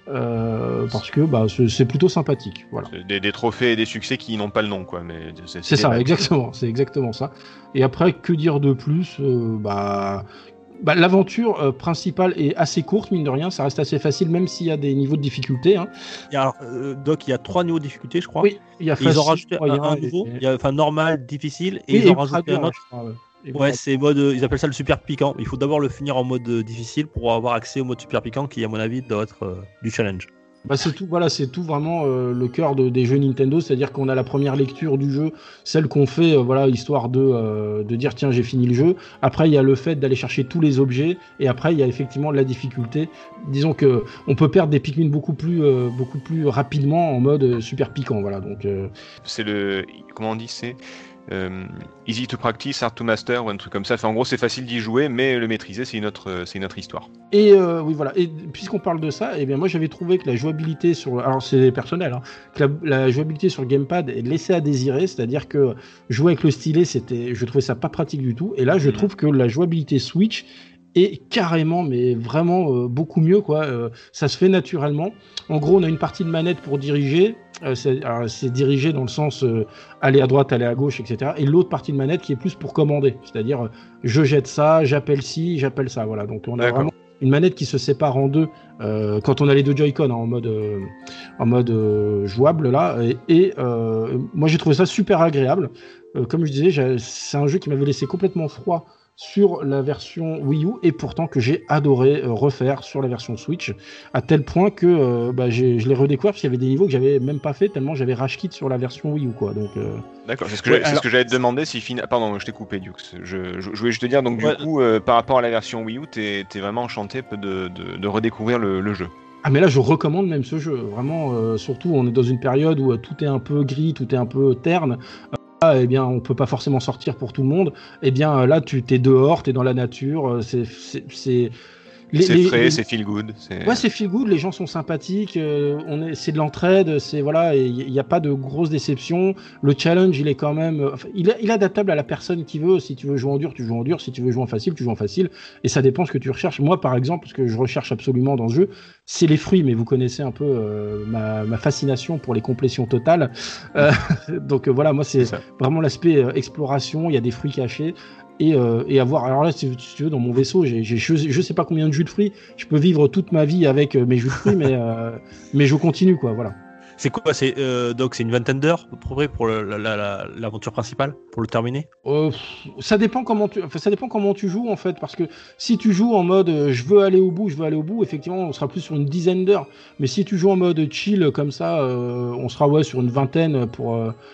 euh, parce que bah, c'est, c'est plutôt sympathique. Voilà. c'est des, des trophées et des succès qui n'ont pas le nom, quoi. Mais c'est, C'est des ça, badges. exactement. C'est exactement ça. Et après, que dire de plus euh, bah, bah, l'aventure euh, principale est assez courte, mine de rien. Ça reste assez facile, même s'il y a des niveaux de difficulté. Hein. Il y a, euh, Doc, il y a trois niveaux de difficulté, je crois. Oui, il y a Et ils ont facile, rajouté un, moyen un et- nouveau. et- Il y a, enfin, normal, difficile, et Oui, ils ont et rajouté ultra un dur, autre. je crois, ouais. Et Ouais, ultra- c'est mode, euh, ils appellent ça le super piquant. Il faut d'abord le finir en mode euh, difficile pour avoir accès au mode super piquant, qui, à mon avis, doit être euh, du challenge. Bah, c'est tout, voilà, c'est tout vraiment euh, le cœur de, des jeux Nintendo, c'est-à-dire qu'on a la première lecture du jeu, celle qu'on fait, euh, voilà, histoire de, euh, de dire tiens j'ai fini le jeu. Après il y a le fait d'aller chercher tous les objets, et après il y a effectivement la difficulté. Disons que on peut perdre des Pikmin beaucoup plus, euh, beaucoup plus rapidement en mode euh, super piquant, voilà. Donc euh, C'est le, comment on dit, c'est euh, easy to practice, hard to master, ou un truc comme ça. Enfin, en gros, c'est facile d'y jouer, mais le maîtriser, c'est une autre, euh, c'est une autre histoire. Et euh, oui, voilà. Et puisqu'on parle de ça, eh bien moi j'avais trouvé que la jouabilité sur, alors c'est personnel, hein, que la, la jouabilité sur le gamepad est laissée à désirer, c'est-à-dire que jouer avec le stylet, c'était, je trouvais ça pas pratique du tout. Et là, je Mhm. trouve que la jouabilité Switch est carrément, mais vraiment euh, beaucoup mieux, quoi. Euh, ça se fait naturellement. En gros, on a une partie de manette pour diriger. Euh, c'est, alors, c'est dirigé dans le sens euh, aller à droite, aller à gauche, et cetera. Et l'autre partie de manette qui est plus pour commander, c'est-à-dire euh, je jette ça, j'appelle ci, j'appelle ça. Voilà. Donc on a D'accord. vraiment une manette qui se sépare en deux euh, quand on a les deux Joy-Con hein, en mode euh, en mode euh, jouable là. Et, et euh, moi j'ai trouvé ça super agréable. Euh, comme je disais, j'ai- c'est un jeu qui m'avait laissé complètement froid sur la version Wii U et pourtant que j'ai adoré euh, refaire sur la version Switch à tel point que euh, bah, j'ai, je l'ai redécouvert parce qu'il y avait des niveaux que j'avais même pas fait tellement j'avais rage quit sur la version Wii U quoi. Donc euh, D'accord, c'est ce que, Ouais, j'ai- c'est alors- ce que j'allais te demander si fina- Pardon, je t'ai coupé, Dux. Je, je, je voulais juste te dire, donc du Ouais. coup, euh, par rapport à la version Wii U, t'es, t'es vraiment enchanté de, de, de redécouvrir le, le jeu. ah mais là je recommande même ce jeu vraiment euh, surtout on est dans une période où euh, tout est un peu gris, tout est un peu terne. Ah, eh bien, on peut pas forcément sortir pour tout le monde. Eh bien, euh, là, tu t'es dehors, t'es dans la nature. euh, C'est, c'est, c'est... les- c'est les- frais, les- c'est feel good. C'est... Ouais, c'est feel good. Les gens sont sympathiques. euh, on est, c'est de l'entraide. C'est voilà, il n'y a pas de grosses déceptions. Le challenge, il est quand même, euh, enfin, il est, il est adaptable à la personne qui veut. Si tu veux jouer en dur, tu joues en dur. Si tu veux jouer en facile, tu joues en facile. Et ça dépend ce que tu recherches. Moi, par exemple, ce que je recherche absolument dans ce jeu, c'est les fruits. Mais vous connaissez un peu euh, ma, ma fascination pour les complétions totales. Euh, donc euh, voilà, moi, c'est C'est ça. vraiment l'aspect euh, exploration. Il y a des fruits cachés. Et, euh, et avoir. Alors là, si, si tu veux, dans mon vaisseau, j'ai, j'ai je, je sais pas combien de jus de fruits. Je peux vivre toute ma vie avec euh, mes jus de fruits, mais euh, mais je continue quoi. Voilà. C'est quoi c'est, euh, Doc, c'est une vingtaine d'heures à peu près pour le- la- la- la- l'aventure principale, pour le terminer? Euh, pff, ça dépend comment tu. Enfin, ça dépend comment tu joues en fait, parce que si tu joues en mode euh, je veux aller au bout, je veux aller au bout, effectivement, on sera plus sur une dizaine d'heures. Mais si tu joues en mode chill comme ça, euh, on sera ouais sur une vingtaine pour. Euh,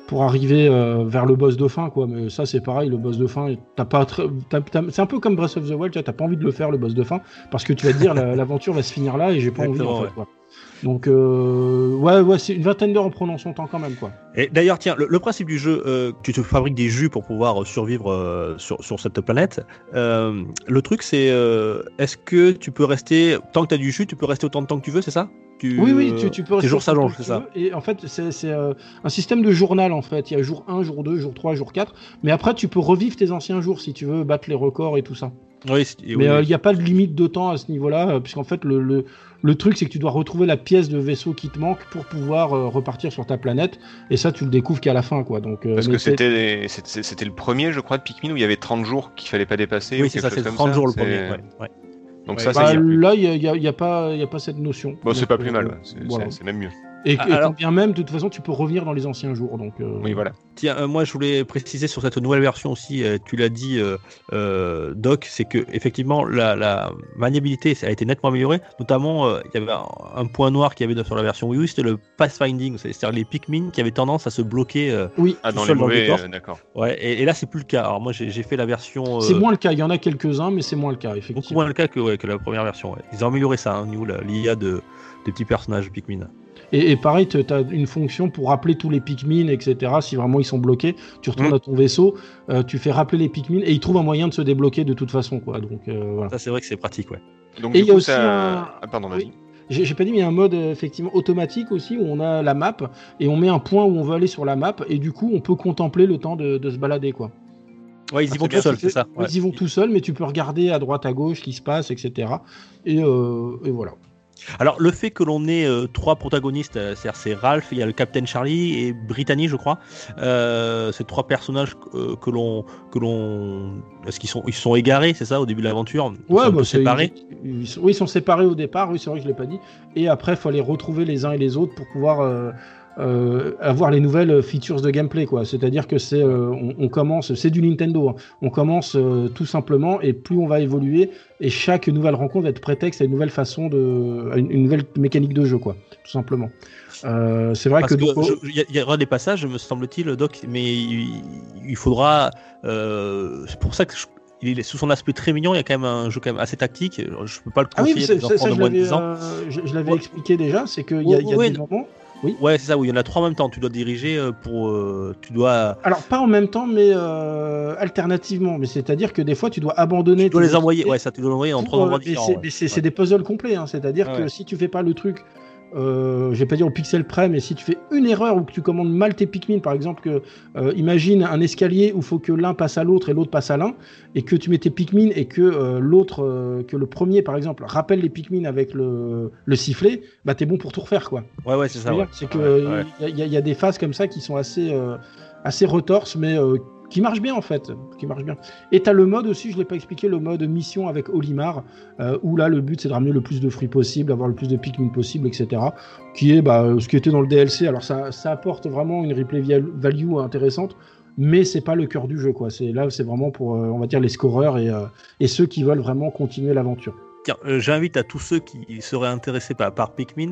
pour arriver euh, vers le boss de fin, quoi. Mais ça, c'est pareil, le boss de fin, t'as pas très- t'as- t'as- c'est un peu comme Breath of the Wild, tu vois, t'as pas envie de le faire, le boss de fin, parce que tu vas te dire, la- l'aventure va se finir là et j'ai pas envie, Exactement, en fait, ouais. quoi. Donc, euh, ouais, ouais, c'est une vingtaine d'heures en prenant son temps quand même, quoi. Et d'ailleurs, tiens, le, le principe du jeu, euh, tu te fabriques des jus pour pouvoir euh, survivre euh, sur, sur cette planète. Euh, le truc, c'est euh, est-ce que tu peux rester, tant que tu as du jus, tu peux rester autant de temps que tu veux, c'est ça? Tu, Oui, oui, tu, tu peux tes rester jours autant s'allongent, que c'est tu ça? veux. Et en fait, c'est c'est, euh, un système de journal, en fait. Il y a jour un, jour deux, jour trois, jour quatre. Mais après, tu peux revivre tes anciens jours si tu veux battre les records et tout ça. Oui, c'est- oui, Mais euh, il oui. n'y a pas de limite de temps à ce niveau-là, euh, puisqu'en fait, le, le, le truc, c'est que tu dois retrouver la pièce de vaisseau qui te manque pour pouvoir euh, repartir sur ta planète. Et ça, tu le découvres qu'à la fin, quoi. Donc, euh, Parce mais que c'est- c'était c'était c'était le premier, je crois, de Pikmin où il y avait trente jours qu'il fallait pas dépasser. Oui, ou c'est quelque ça, chose c'est comme trente ça. jours le C'est- premier. Ouais, ouais. Donc Ouais. ça, ça bah, y est. plus. là, il n'y a, y a- y a pas y a pas cette notion. Bon, c'est Donc, pas plus euh, mal. Ouais. C'est voilà. c'est- c'est même mieux. Et, et Ah, alors- quand bien même, de toute façon, tu peux revenir dans les anciens jours. Donc, euh, Oui, voilà. Tiens, euh, moi je voulais préciser sur cette nouvelle version aussi, euh, tu l'as dit, euh, euh, Doc, c'est que effectivement la, la maniabilité ça a été nettement améliorée. Notamment, euh, il y avait un, un point noir qu'il y avait sur la version Wii U, c'était le pathfinding, c'est-à-dire les Pikmin qui avaient tendance à se bloquer. Euh, Oui, Ah, tout dans les seul dans le mauvais, décor. euh, d'accord. ouais, et, et là c'est plus le cas. Alors moi j'ai j'ai fait la version. euh, c'est moins le cas. Il y en a quelques-uns, mais c'est moins le cas, Beaucoup effectivement. moins le cas que, ouais, que la première version. Ouais. Ils ont amélioré ça hein, au niveau de l'I A de, des petits personnages Pikmin. Et, et pareil, tu as une fonction pour rappeler tous les Pikmin, et cetera. Si vraiment ils sont bloqués, tu retournes Mm. à ton vaisseau, euh, tu fais rappeler les Pikmin et ils trouvent un moyen de se débloquer de toute façon, quoi. Donc euh, voilà. Ça c'est vrai que c'est pratique. Ouais. Donc, Et du il y a coup, aussi ça. un- Ah, pardon, vas-y. Oui. J'ai j'ai pas dit, mais il y a un mode euh, effectivement automatique aussi où on a la map et on met un point où on veut aller sur la map et du coup on peut contempler le temps de, de se balader, quoi. Ouais, ils y Ah, vont c'est tout bien, seuls, Tu c'est fais- ça. Ouais. Ils y vont tout seuls, mais tu peux regarder à droite, à gauche ce qui se passe, et cetera. Et, euh, et voilà. Alors le fait que l'on ait euh, trois protagonistes, euh, c'est-à-dire c'est Ralph, il y a le Captain Charlie et Brittany, je crois. Euh, ces trois personnages euh, que l'on que l'on est-ce qu'ils sont ils sont égarés, c'est ça au début de l'aventure? Ils sont un peu c'est- séparés. Ils, ils sont, oui, ils sont séparés au départ. Oui, c'est vrai que je l'ai pas dit. Et après, il faut les retrouver les uns et les autres pour pouvoir euh, euh, avoir les nouvelles features de gameplay, quoi. C'est-à-dire que c'est, euh, on, on commence, c'est du Nintendo. Hein. On commence euh, tout simplement, et plus on va évoluer, et chaque nouvelle rencontre va être prétexte à une nouvelle façon de, à une, une nouvelle mécanique de jeu, quoi. Tout simplement. Euh, c'est vrai Parce que, que donc, je- il y, a- il y aura des passages, me semble-t-il, Doc, mais il, il faudra. euh, c'est pour ça que je- il est sous son aspect très mignon. Il y a quand même un jeu quand même assez tactique. Je peux pas le ah oui, conseiller c'est- aux c'est- enfants ça, de je moins de l'avais, dix ans. euh, je, je l'avais Ouais. expliqué déjà. C'est qu'il y a, il y a Ouais, des non. moments. Ouais, c'est ça. Oui, il y en a trois en même temps. Tu dois diriger euh, pour. euh, tu dois. Alors, pas en même temps, mais euh, alternativement. Mais c'est-à-dire que des fois, tu dois abandonner. Tu dois tes les envoyer. activités Ouais, ça tu dois les envoyer en pour, trois euh, endroits mais différents. c'est, ouais. mais c'est- c'est Ouais. des puzzles complets. Hein. C'est-à-dire Ouais, que ouais. si tu fais pas le truc, euh, je vais pas dire au pixel près, mais si tu fais une erreur ou que tu commandes mal tes Pikmin, par exemple, que, euh, imagine un escalier où il faut que l'un passe à l'autre et l'autre passe à l'un, et que tu mets tes Pikmin et que euh, l'autre, euh, que le premier, par exemple, rappelle les Pikmin avec le, le sifflet, bah t'es bon pour tout refaire, quoi. Ouais, ouais, c'est ça. Je veux Ouais. dire, C'est que Ouais, euh, ouais. il y, a- il y a des phases comme ça qui sont assez, euh, assez retorses, mais euh, qui marchent bien en fait, qui marchent bien. Et t'as le mode aussi, je l'ai pas expliqué, le mode mission avec Olimar, euh, où là le but c'est de ramener le plus de fruits possible, avoir le plus de Pikmin possible, et cetera. Qui est bah, ce qui était dans le D L C. Alors ça, ça apporte vraiment une replay via- value intéressante. Mais c'est pas le cœur du jeu, quoi. C'est là, c'est vraiment pour, euh, on va dire, les scoreurs et, euh, et ceux qui veulent vraiment continuer l'aventure. Tiens, euh, j'invite à tous ceux qui seraient intéressés par, par Pikmin.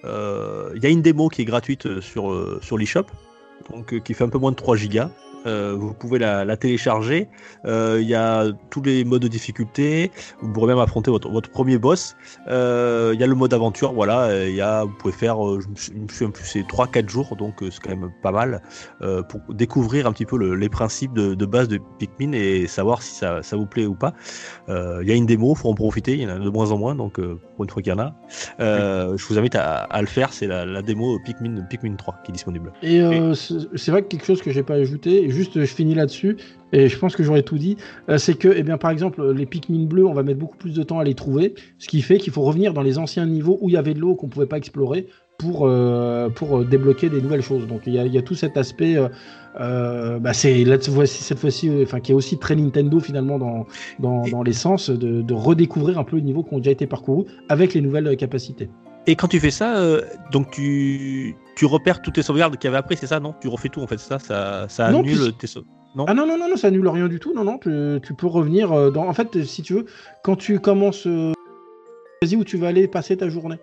euh, Il y a une démo qui est gratuite euh, sur, euh, sur l'eShop, donc euh, qui fait un peu moins de trois gigas. Euh, vous pouvez la, la télécharger. Euh, Il y a tous les modes de difficulté. Vous pourrez même affronter votre, votre premier boss. Euh, Il y a le mode aventure. Voilà. Il y a, vous pouvez faire, euh, je me suis- je me souviens plus, c'est trois quatre jours, donc euh, c'est quand même pas mal euh, pour découvrir un petit peu le- les principes de, de base de Pikmin et savoir si ça, ça vous plaît ou pas. Euh, Il y a une démo, faut en profiter. Il y en a de moins en moins, donc euh, pour une fois qu'il y en a, euh, je vous invite à, à le faire. C'est la, la démo Pikmin, Pikmin trois qui est disponible. Et euh, c'est c'est vrai que quelque chose que j'ai pas ajouté, et juste je finis là-dessus, et je pense que j'aurais tout dit, euh, c'est que, eh bien, par exemple, les Pikmin bleus, on va mettre beaucoup plus de temps à les trouver, ce qui fait qu'il faut revenir dans les anciens niveaux où il y avait de l'eau qu'on pouvait pas explorer pour, euh, pour débloquer des nouvelles choses. Donc il y a, il y a tout cet aspect, euh, euh, bah, c'est là, voici, cette fois-ci, euh, enfin, qui est aussi très Nintendo finalement dans, dans, dans l'essence, de, de redécouvrir un peu les niveaux qui ont déjà été parcourus avec les nouvelles capacités. Et quand tu fais ça, euh, donc tu, tu repères toutes tes sauvegardes qu'il y avait après, c'est ça, non? Tu refais tout en fait, c'est ça, ça, ça Non, annule puis- tes sauvegardes. Non. Ah non, non, non, non, ça annule rien du tout. Non, non, tu, tu peux revenir euh, dans. En fait, si tu veux, quand tu commences. Euh, vas-y, où tu vas aller passer ta journée.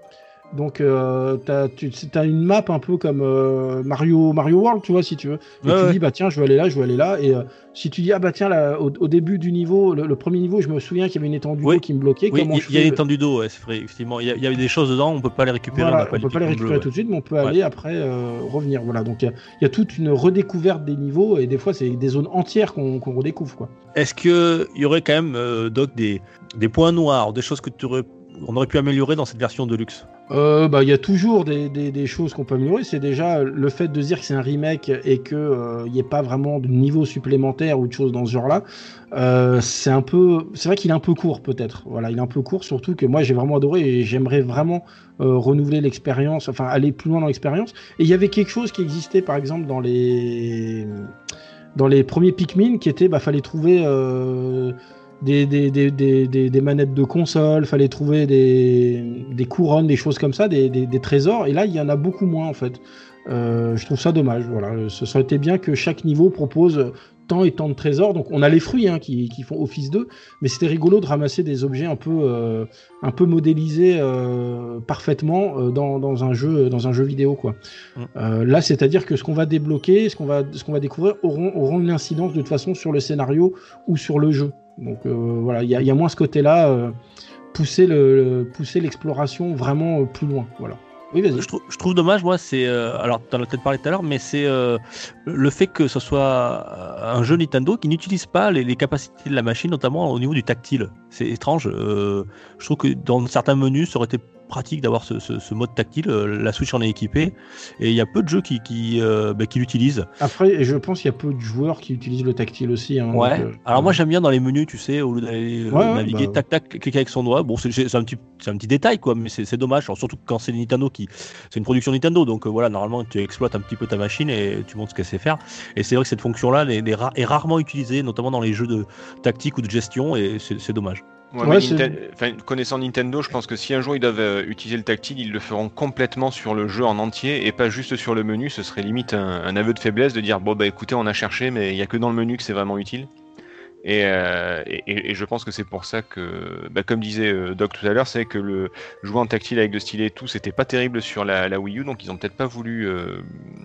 Donc, euh, t'as, tu as une map un peu comme euh, Mario, Mario World, tu vois, si tu veux. Et ouais, tu ouais. dis, bah tiens, je veux aller là, je veux aller là. Et euh, si tu dis, ah bah tiens, là, au, au début du niveau, le, le premier niveau, je me souviens qu'il y avait une étendue Oui. d'eau qui me bloquait. Oui, Comment il je y, y a fais l'étendue d'eau, ouais, c'est vrai, effectivement. Il y, a- il y avait des choses dedans, on peut pas les récupérer. Voilà, on on n'a peut pas les Pikmin récupérer bleu, tout de suite, mais on peut Ouais. aller après euh, revenir. Voilà, donc il y, y a toute une redécouverte des niveaux et des fois c'est des zones entières qu'on qu'on redécouvre, quoi. ouais. Est-ce qu'il y aurait quand même, euh, Doc, des, des points noirs, des choses que tu aurais, on aurait pu améliorer dans cette version de luxe? Euh, bah, il y a toujours des, des, des choses qu'on peut améliorer. C'est déjà le fait de dire que c'est un remake et qu'il n'y ait pas vraiment de niveau supplémentaire ou de choses dans ce genre-là. Euh, c'est un peu, c'est vrai qu'il est un peu court peut-être. Voilà, il est un peu court, surtout que moi j'ai vraiment adoré et j'aimerais vraiment euh, renouveler l'expérience, enfin aller plus loin dans l'expérience. Et il y avait quelque chose qui existait par exemple dans les dans les premiers Pikmin qui était, bah fallait trouver euh, Des, des, des, des, des, des manettes de console, fallait trouver des, des couronnes, des choses comme ça, des, des, des trésors, et là il y en a beaucoup moins en fait. Euh, je trouve ça dommage, voilà. Ce serait été bien que chaque niveau propose tant et tant de trésors, donc on a les fruits hein, qui, qui font office d'eux, mais c'était rigolo de ramasser des objets un peu, euh, un peu modélisés euh, parfaitement euh, dans, dans, un jeu, dans un jeu vidéo, quoi. Mm. Euh, là c'est-à-dire que ce qu'on va débloquer, ce qu'on va, ce qu'on va découvrir auront, auront une incidence de toute façon sur le scénario ou sur le jeu. Donc euh, voilà, il y, y a moins ce côté-là, euh, pousser, le, le, pousser l'exploration vraiment euh, plus loin. Voilà. Oui, vas-y. Je, trou- je trouve dommage, moi, c'est. Euh, alors, tu en as peut-être parlé tout à l'heure, mais c'est euh, le fait que ce soit un jeu Nintendo qui n'utilise pas les, les capacités de la machine, notamment au niveau du tactile. C'est étrange. Euh, je trouve que dans certains menus, ça aurait été pratique d'avoir ce, ce, ce mode tactile. La Switch en est équipée et il y a peu de jeux qui, qui, euh, bah, qui l'utilisent. Après, je pense qu'il y a peu de joueurs qui utilisent le tactile aussi. Hein, Ouais. donc, euh, Alors moi j'aime bien dans les menus, tu sais, au lieu d'aller euh, Ouais, naviguer, bah, tac tac, cliquer avec son doigt. Bon, c'est c'est un petit, c'est un petit détail quoi, mais c'est c'est dommage. Alors, surtout quand c'est Nintendo qui, c'est une production Nintendo, donc euh, voilà, normalement tu exploites un petit peu ta machine et tu montres ce qu'elle sait faire. Et c'est vrai que cette fonction-là est, est, ra- est rarement utilisée, notamment dans les jeux de tactique ou de gestion, et c'est c'est dommage. Ouais, Ouais, mais c'est- Ninten- enfin, connaissant Nintendo, je pense que si un jour ils doivent euh, utiliser le tactile, ils le feront complètement sur le jeu en entier et pas juste sur le menu. Ce serait limite un, un aveu de faiblesse de dire bon bah écoutez, on a cherché, mais il y a que dans le menu que c'est vraiment utile. Et, euh, et, et je pense que c'est pour ça que, bah, comme disait euh, Doc tout à l'heure, c'est que le jouer en tactile avec le stylet et tout, c'était pas terrible sur la, la Wii U, donc ils ont peut-être pas voulu euh,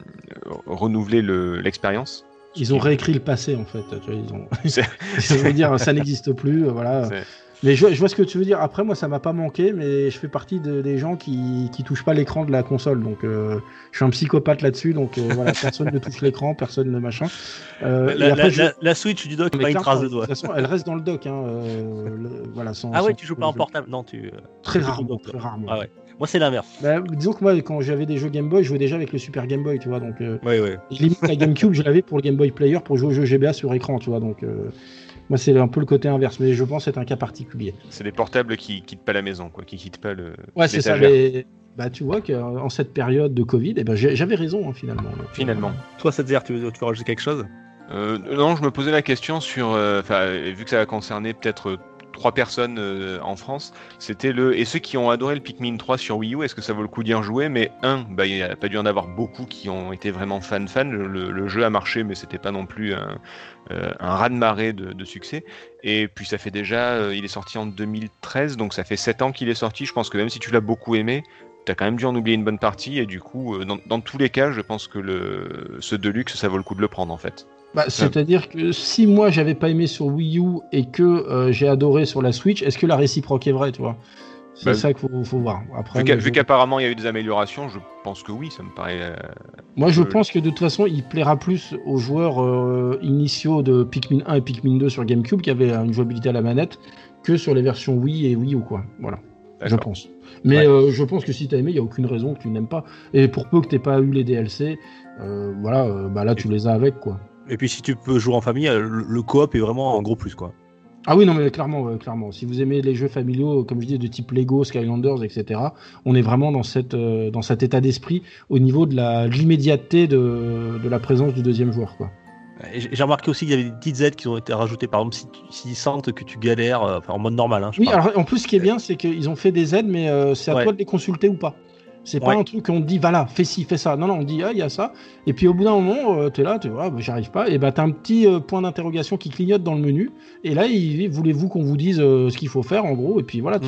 renouveler le- l'expérience. Ils ont réécrit le passé en fait. Tu vois, ils ont... C'est- je veux dire, ça n'existe plus. euh, Voilà. C'est- Mais je, je vois ce que tu veux dire. Après, moi, ça m'a pas manqué, mais je fais partie de- des gens qui, qui touchent pas l'écran de la console. Donc, euh, je suis un psychopathe là-dessus. Donc, euh, voilà, personne ne touche l'écran, personne ne machin. Euh, La, et après, la- je- la- la Switch du dock, mais pas une clairement, trace de de doigt. toute façon, elle reste dans le dock. Hein, euh, le- voilà, sans, Ah ouais, sans- tu joues pas en portable? Non, tu. euh, Très tu joues rarement, au dock, très rarement. Ah ouais. Moi c'est l'inverse. Bah, disons que moi, quand j'avais des jeux Game Boy, je jouais déjà avec le Super Game Boy, tu vois. Donc, euh, Ouais ouais. limite la GameCube, je l'avais pour le Game Boy Player pour jouer aux jeux G B A sur écran, tu vois. Donc, euh, moi, c'est un peu le côté inverse, mais je pense être un cas particulier. C'est des portables qui quittent pas la maison, quoi, qui quittent pas le. Ouais, c'est ça. l'étagère. Mais bah, tu vois qu'en cette période de Covid, eh ben, j'ai- j'avais raison hein, finalement. Donc, Finalement. Toi, ça te dire, tu veux, tu veux rajouter quelque chose? Euh, non, je me posais la question sur, euh, enfin, vu que ça va concerner peut-être euh, trois personnes euh, en France, c'était le. Et ceux qui ont adoré le Pikmin trois sur Wii U, est-ce que ça vaut le coup d'y en jouer? Mais un, bah, il n'y a pas dû en avoir beaucoup qui ont été vraiment fans-fans. Le, le jeu a marché, mais c'était pas non plus un, euh, un raz-de-marée de, de succès. Et puis ça fait déjà, euh, il est sorti en deux mille treize, donc ça fait sept ans qu'il est sorti. Je pense que même si tu l'as beaucoup aimé, t'as quand même dû en oublier une bonne partie. Et du coup, euh, dans, dans tous les cas, je pense que le, ce Deluxe, ça vaut le coup de le prendre en fait. Bah, c'est-à-dire que si moi j'avais pas aimé sur Wii U et que euh, j'ai adoré sur la Switch, est-ce que la réciproque est vraie, tu vois? C'est Bah, ça qu'il faut, faut voir. Après, Vu, qu'a- moi, vu je- qu'apparemment il y a eu des améliorations, je pense que oui, ça me paraît. euh, moi, je euh, pense que de toute façon, il plaira plus aux joueurs euh, initiaux de Pikmin un et Pikmin deux sur GameCube qui avaient euh, une jouabilité à la manette que sur les versions Wii et Wii U, quoi. Voilà, je D'accord. pense. Mais Ouais. euh, je pense que si t'as aimé, il y a aucune raison que tu n'aimes pas. Et pour peu que t'aies pas eu les D L C, euh, voilà, euh, bah là tu les as avec, quoi. Et puis si tu peux jouer en famille, le, le coop est vraiment un gros plus quoi. Ah oui, non, mais clairement, ouais, clairement. Si vous aimez les jeux familiaux, comme je dis, de type Lego, Skylanders, et cetera, on est vraiment dans, cette, euh, dans cet état d'esprit au niveau de la- de l'immédiateté de, de la présence du deuxième joueur, quoi. Et J'ai j'ai remarqué aussi qu'il y avait des petites aides qui ont été rajoutées. Par exemple, si tu- s'ils sentent que tu galères, euh, enfin en mode normal. Hein, je Oui, parle. alors en plus, ce qui est bien, c'est qu'ils ont fait des aides, mais euh, c'est à Ouais. toi de les consulter ou pas. C'est pas Ouais. un truc qu'on te dit, voilà, fais ci, fais ça. Non, non, on dit, ah, il y a ça. Et puis au bout d'un moment, euh, t'es là, tu vois, bah, j'arrive pas. Et bah, t'as un petit euh, point d'interrogation qui clignote dans le menu. Et là, il, voulez-vous qu'on vous dise euh, ce qu'il faut faire, en gros. Et puis voilà, tu Mm. vois.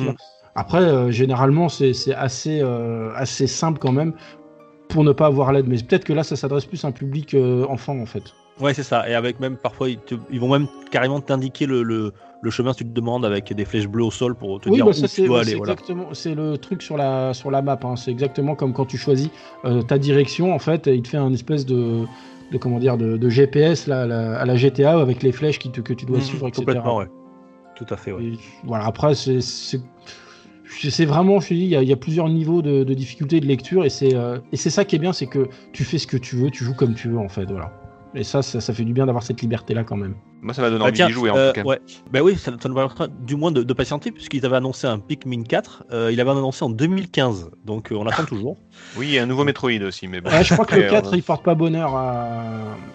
Après, euh, généralement, c'est, c'est assez, euh, assez simple quand même pour ne pas avoir l'aide. Mais peut-être que là, ça s'adresse plus à un public euh, enfant, en fait. Ouais, c'est ça. Et avec même, parfois, ils, te- ils vont même carrément t'indiquer le, le, le chemin si tu te demandes avec des flèches bleues au sol pour te Oui, dire bah, où ça, tu c'est, dois ouais, aller. c'est Voilà. exactement, c'est le truc sur la, sur la map. Hein. C'est exactement comme quand tu choisis euh, ta direction, en fait, et il te fait un espèce de, de comment dire, de, de G P S là, à la, à la G T A avec les flèches qui te, que tu dois Mmh, suivre, et cetera. complètement, ouais. Tout à fait, ouais. Et voilà, après, c'est, c'est, c'est vraiment, je te dis, il y, a- il y a plusieurs niveaux de, de difficulté de lecture, et c'est, euh, et c'est ça qui est bien, c'est que tu fais ce que tu veux, tu joues comme tu veux, en fait, voilà. Et ça, ça, ça fait du bien d'avoir cette liberté-là, quand même. Moi, ça m'a donné Ah, envie tiens, d'y jouer en euh, tout cas. ouais. Ben oui, ça, ça nous permettra du moins de, de patienter, puisqu'ils avaient annoncé un Pikmin quatre. Euh, il avait annoncé en deux mille quinze, donc euh, on attend toujours. Oui, il y a un nouveau Metroid aussi, mais bon. Ouais, je crois que le Après, quatre, on- il porte pas bonheur à,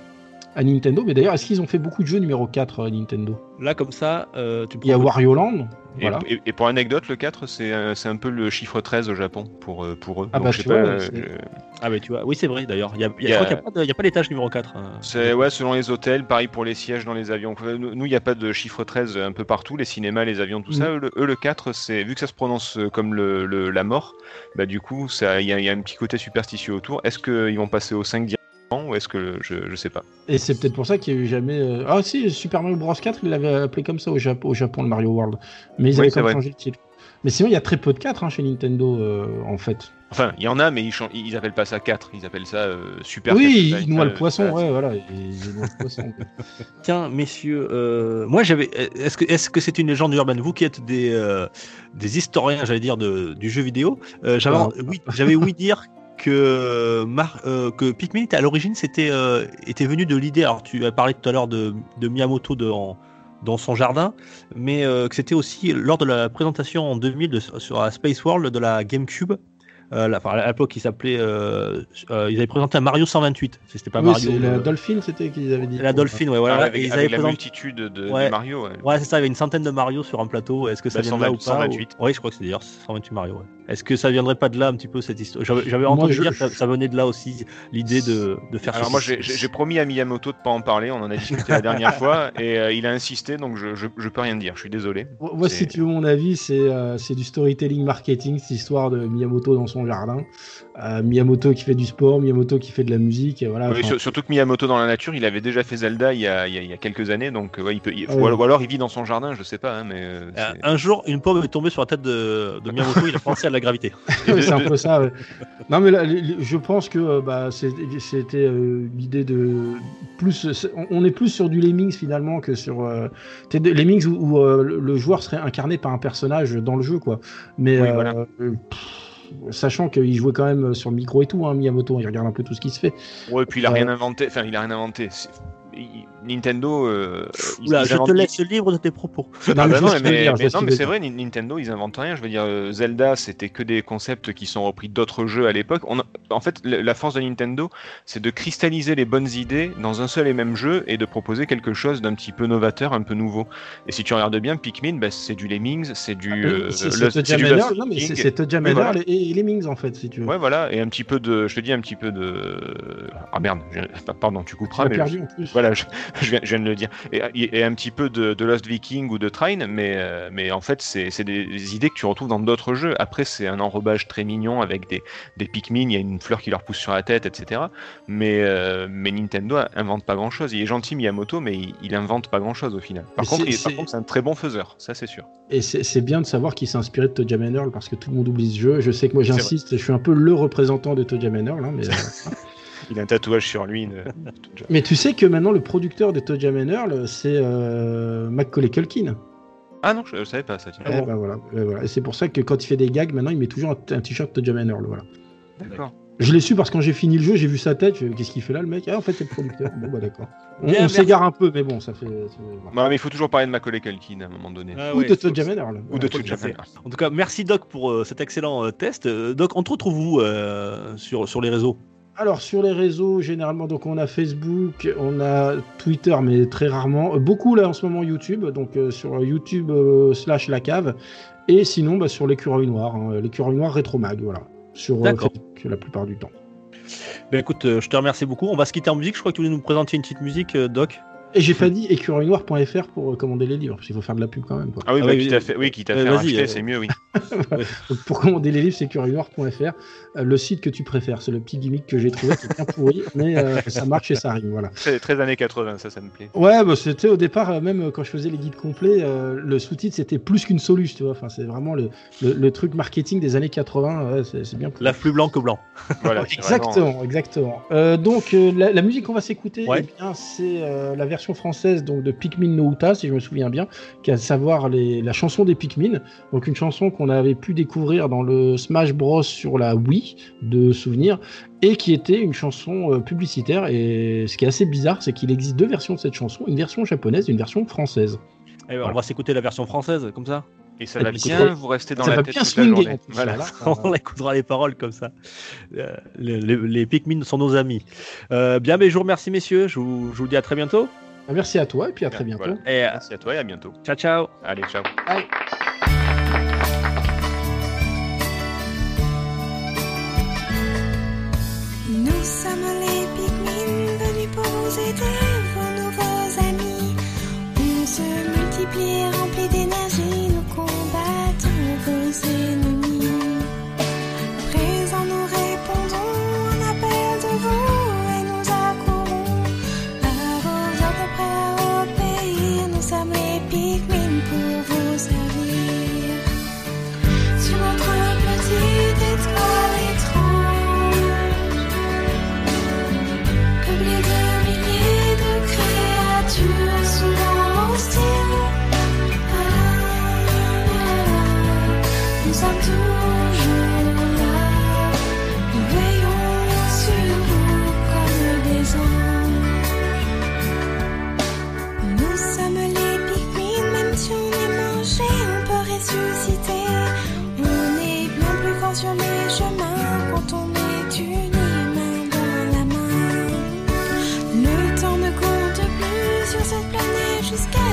à Nintendo. Mais d'ailleurs, est-ce qu'ils ont fait beaucoup de jeux numéro quatre à Nintendo? Là, comme ça, euh, tu Il y a prends le- Wario Land. Et, Voilà. et- et pour anecdote, le quatre, c'est euh, c'est un peu le chiffre treize au Japon pour, euh, pour eux. Ah Donc, bah, je sais tu pas, vois, euh, c'est- je- Ah, ben tu vois, oui, c'est vrai d'ailleurs. Il y a, il y a- Il y a- Je crois qu'il n'y a, pas de- il y a pas l'étage numéro quatre. hein. C'est ouais, selon les hôtels, pareil pour les sièges dans les avions. Nous, nous, il n'y a pas de chiffre treize un peu partout, les cinémas, les avions, tout Mhm. ça. Eux, le, eux, le quatre, c'est vu que ça se prononce euh, comme le, le- la mort, bah du coup, ça, il y, a- il y a un petit côté superstitieux autour. Est-ce qu'ils vont passer au cinq directement ou est-ce que je, je sais pas. Et c'est peut-être pour ça qu'il n'y a eu jamais. euh, Ah si, Super Mario Bros quatre, ils l'avaient appelé comme ça au Japon, au Japon le Mario World. Mais ils Oui, avaient c'est quand même vrai. changé le titre. Mais sinon, il y a très peu de quatre hein, chez Nintendo, euh, en fait. Enfin, il y en a, mais ils, chan- ils appellent pas ça quatre, ils appellent ça euh, Super Oui, quatre. ils noient Euh, le poisson, voilà, ouais, voilà. Ils noient le poisson. Tiens, messieurs, euh, moi j'avais. Est-ce que est-ce que c'est une légende urbaine? Vous qui êtes des euh, des historiens, j'allais dire, de, du jeu vidéo, euh, j'avais Ah. oui, j'avais ouï dire que Mar- euh, que Pikmin à l'origine c'était euh, était venu de l'idée. Alors tu as parlé tout à l'heure de, de Miyamoto de, en- dans son jardin, mais euh, que c'était aussi lors de la présentation en deux mille de, sur la Space World de la GameCube. Euh, la, enfin, à l'époque, il s'appelait. Euh, euh, ils avaient présenté un Mario cent vingt-huit. C'était pas Oui, Mario. c'est la euh, Dolphin, c'était qu'ils avaient dit. la Dolphin, ouais, voilà. Ah, Et avec ils avec avaient la présenté- multitude de, Ouais. de Mario. Ouais. Ouais, c'est ça, il y avait une centaine de Mario sur un plateau. Est-ce que ça Bah, vient de là ou pas cent vingt-huit. ou- Oui, je crois que c'est d'ailleurs cent vingt-huit Mario. Ouais. Est-ce que ça viendrait pas de là un petit peu cette histoire? J'avais, j'avais Moi, entendu je- dire que ça, ça venait de là aussi, l'idée de, de faire. Alors ce- moi j'ai j'ai- j'ai promis à Miyamoto de pas en parler, on en a discuté la dernière fois et euh, il a insisté donc je, je, je peux rien dire, je suis désolé. Moi, C'est- si tu veux mon avis, c'est euh, c'est du storytelling marketing, cette histoire de Miyamoto dans son jardin. Euh, Miyamoto qui fait du sport, Miyamoto qui fait de la musique, et voilà. Oui, enfin, sur- surtout que Miyamoto dans la nature, il avait déjà fait Zelda il y a, il y a, il y a quelques années donc euh, ouais, il peut, il- Ah ou, ouais. alors, ou alors il vit dans son jardin, je sais pas hein, mais euh, Euh, c'est- Un jour, une pomme est tombée sur la tête de, de Miyamoto, il a pensé à la gravité. ouais, c'est un peu ça. Ouais. Non, mais là, les- les- je pense que euh, bah, c'est- c'était euh, l'idée de plus. c'est- on- On est plus sur du Lemmings finalement que sur euh, t'es de- Lemmings où, où, euh, le- le joueur serait incarné par un personnage dans le jeu, quoi. Mais Oui, euh, voilà. euh, pff, sachant qu'il jouait quand même sur le micro et tout, hein, Miyamoto, il regarde un peu tout ce qui se fait. ouais, puis il a Euh, rien inventé, enfin il a rien inventé. C'est- il- Nintendo, euh, ils- Oula, ils je te inventent- laisse libre de tes propos. Non, Ah mais bah je non, vois ce qu'il veut mais, dire, je mais vois ce non, qu'il mais veut c'est dire. vrai, Ni- Nintendo, ils inventent rien. Je veux dire, euh, Zelda, c'était que des concepts qui sont repris d'autres jeux à l'époque. On a- En fait, le- la force de Nintendo, c'est de cristalliser les bonnes idées dans un seul et même jeu et de proposer quelque chose d'un petit peu novateur, un peu nouveau. Et si tu regardes bien, Pikmin, bah, c'est du Lemmings, c'est du, euh, C'est Lost- c'est c'est du Todja Lost Manor, non, mais King. c'est- c'est Todja Oui, Manor voilà. et, et Lemmings en fait, si tu veux. Ouais, voilà, et un petit peu de, je te dis un petit peu de, ah merde, je- pardon, tu Tu couperas, l'as mais perdu en plus. voilà, je, je viens, je viens de le dire. Et, et un petit peu de, de Lost Viking ou de Trine, mais, euh, mais en fait, c'est c'est des, des idées que tu retrouves dans d'autres jeux. Après, c'est un enrobage très mignon avec des, des Pikmin, il y a une fleur qui leur pousse sur la tête, et cetera. Mais, euh, mais Nintendo invente pas grand chose. Il est gentil, Miyamoto, mais il, il invente pas grand chose au final. Par Mais contre, c'est- il- par c'est- contre, c'est un très bon faiseur, ça c'est sûr. Et c'est c'est bien de savoir qu'il s'est inspiré de Todja Manor parce que tout le monde oublie ce jeu. Je sais que moi C'est j'insiste, je suis un peu le représentant de Todja Manor là, mais. euh, Il a un tatouage sur lui. une- Mais tu sais que maintenant le producteur de Todja Manor, le- c'est euh, Macaulay Culkin. Ah non, je, je savais pas ça. tiens. Eh ben voilà, eh voilà. Et c'est pour ça que quand il fait des gags, maintenant il met toujours un, un t-shirt Todja Manor. Voilà. D'accord. Je l'ai su parce que quand j'ai fini le jeu, j'ai vu sa tête. je fais, qu'est-ce qu'il fait là, le mec? Ah, en fait, c'est le producteur. Bon, bah d'accord. On, Bien, on merci. s'égare un peu, mais bon, ça fait. ça fait- voilà. Non, mais il faut toujours parler de Macaulay Culkin à un moment donné. Ah Ou ouais, de faut- Todja Manor. là. Ou de tout tout à fait. En tout cas, merci Doc pour euh, cet excellent euh, test. Euh, Doc, on te retrouve où euh, sur, sur les réseaux? Alors sur les réseaux, généralement, donc on a Facebook, on a Twitter, mais très rarement. Euh, Beaucoup là en ce moment YouTube, donc euh, sur YouTube euh, slash la cave, et sinon bah, sur l'écureuil noir, hein, l'écureuil noir rétromag, voilà, sur euh, D'accord. Facebook la plupart du temps. Ben écoute, euh, je te remercie beaucoup. On va se quitter en musique. Je crois que tu voulais nous présenter une petite musique, euh, Doc. Et j'ai pas dit écureuil noir point f r pour euh, commander les livres, parce qu'il faut faire de la pub quand même. Quoi. Ah oui, Ah bah, oui, qui oui. t'a fait, oui, qui t'a Euh, fait vas-y, racheter, euh, c'est mieux, oui. Donc, pour commander les livres, c'est écureuil noir point f r, euh, le site que tu préfères. C'est le petit gimmick que j'ai trouvé, qui est bien pourri, mais euh, ça marche et ça rime. Voilà. Très, très années quatre-vingts, ça, ça me plaît. Ouais, bah, c'était au départ, euh, même euh, quand je faisais les guides complets, euh, le sous-titre c'était plus qu'une soluce, tu vois. Enfin, c'est vraiment le, le, le truc marketing des années quatre-vingts, ouais, c'est, c'est bien pourri. La plus blanc que blanc. Voilà, c'est Exactement, vraiment- exactement. Euh, donc euh, la, la musique qu'on va s'écouter, Ouais. eh bien, c'est euh, la version française donc de Pikmin no Uta, si je me souviens bien, qui est à savoir les, la chanson des Pikmin. Donc une chanson qu'on avait pu découvrir dans le Smash Bros sur la Wii de souvenir, et qui était une chanson euh, publicitaire. Et ce qui est assez bizarre, c'est qu'il existe deux versions de cette chanson, une version japonaise et une version française. Eh ben, on va s'écouter la version française, comme ça. Et ça Et va puis, bien ça- vous rester dans Ça la va tête bien toute la swinger. journée. en plus, Voilà. là. On écoutera les paroles comme ça. Euh, les, les, les Pikmin sont nos amis. Euh, bien, mais je vous remercie, messieurs. Je vous, je vous dis à très bientôt. Merci à toi et puis à très bientôt. Voilà. Et euh, Merci à toi et à bientôt. ciao, ciao. Allez, ciao. Bye. Nous sommes les Pikmin venus pour vous aider, vos nouveaux amis. On se multiplie et remplit d'énergie, nous combattons vos ennemis. À présent nous répondons à un appel de vous et nous accourons à vos ordres prêts à obéir. Nous sommes les Pikmin pour vous servir. Sur notre petite étoile étrange, peuplée de milliers de créatures souvent hostiles. Ah, nous sommes toujours là, nous veillons sur vous comme des anges. Nous sommes les Pikmin, même si on est mangé, on peut ressusciter. On est bien plus fort sur les chemins quand on est unis, main dans la main. Le temps ne compte plus sur cette planète jusqu'à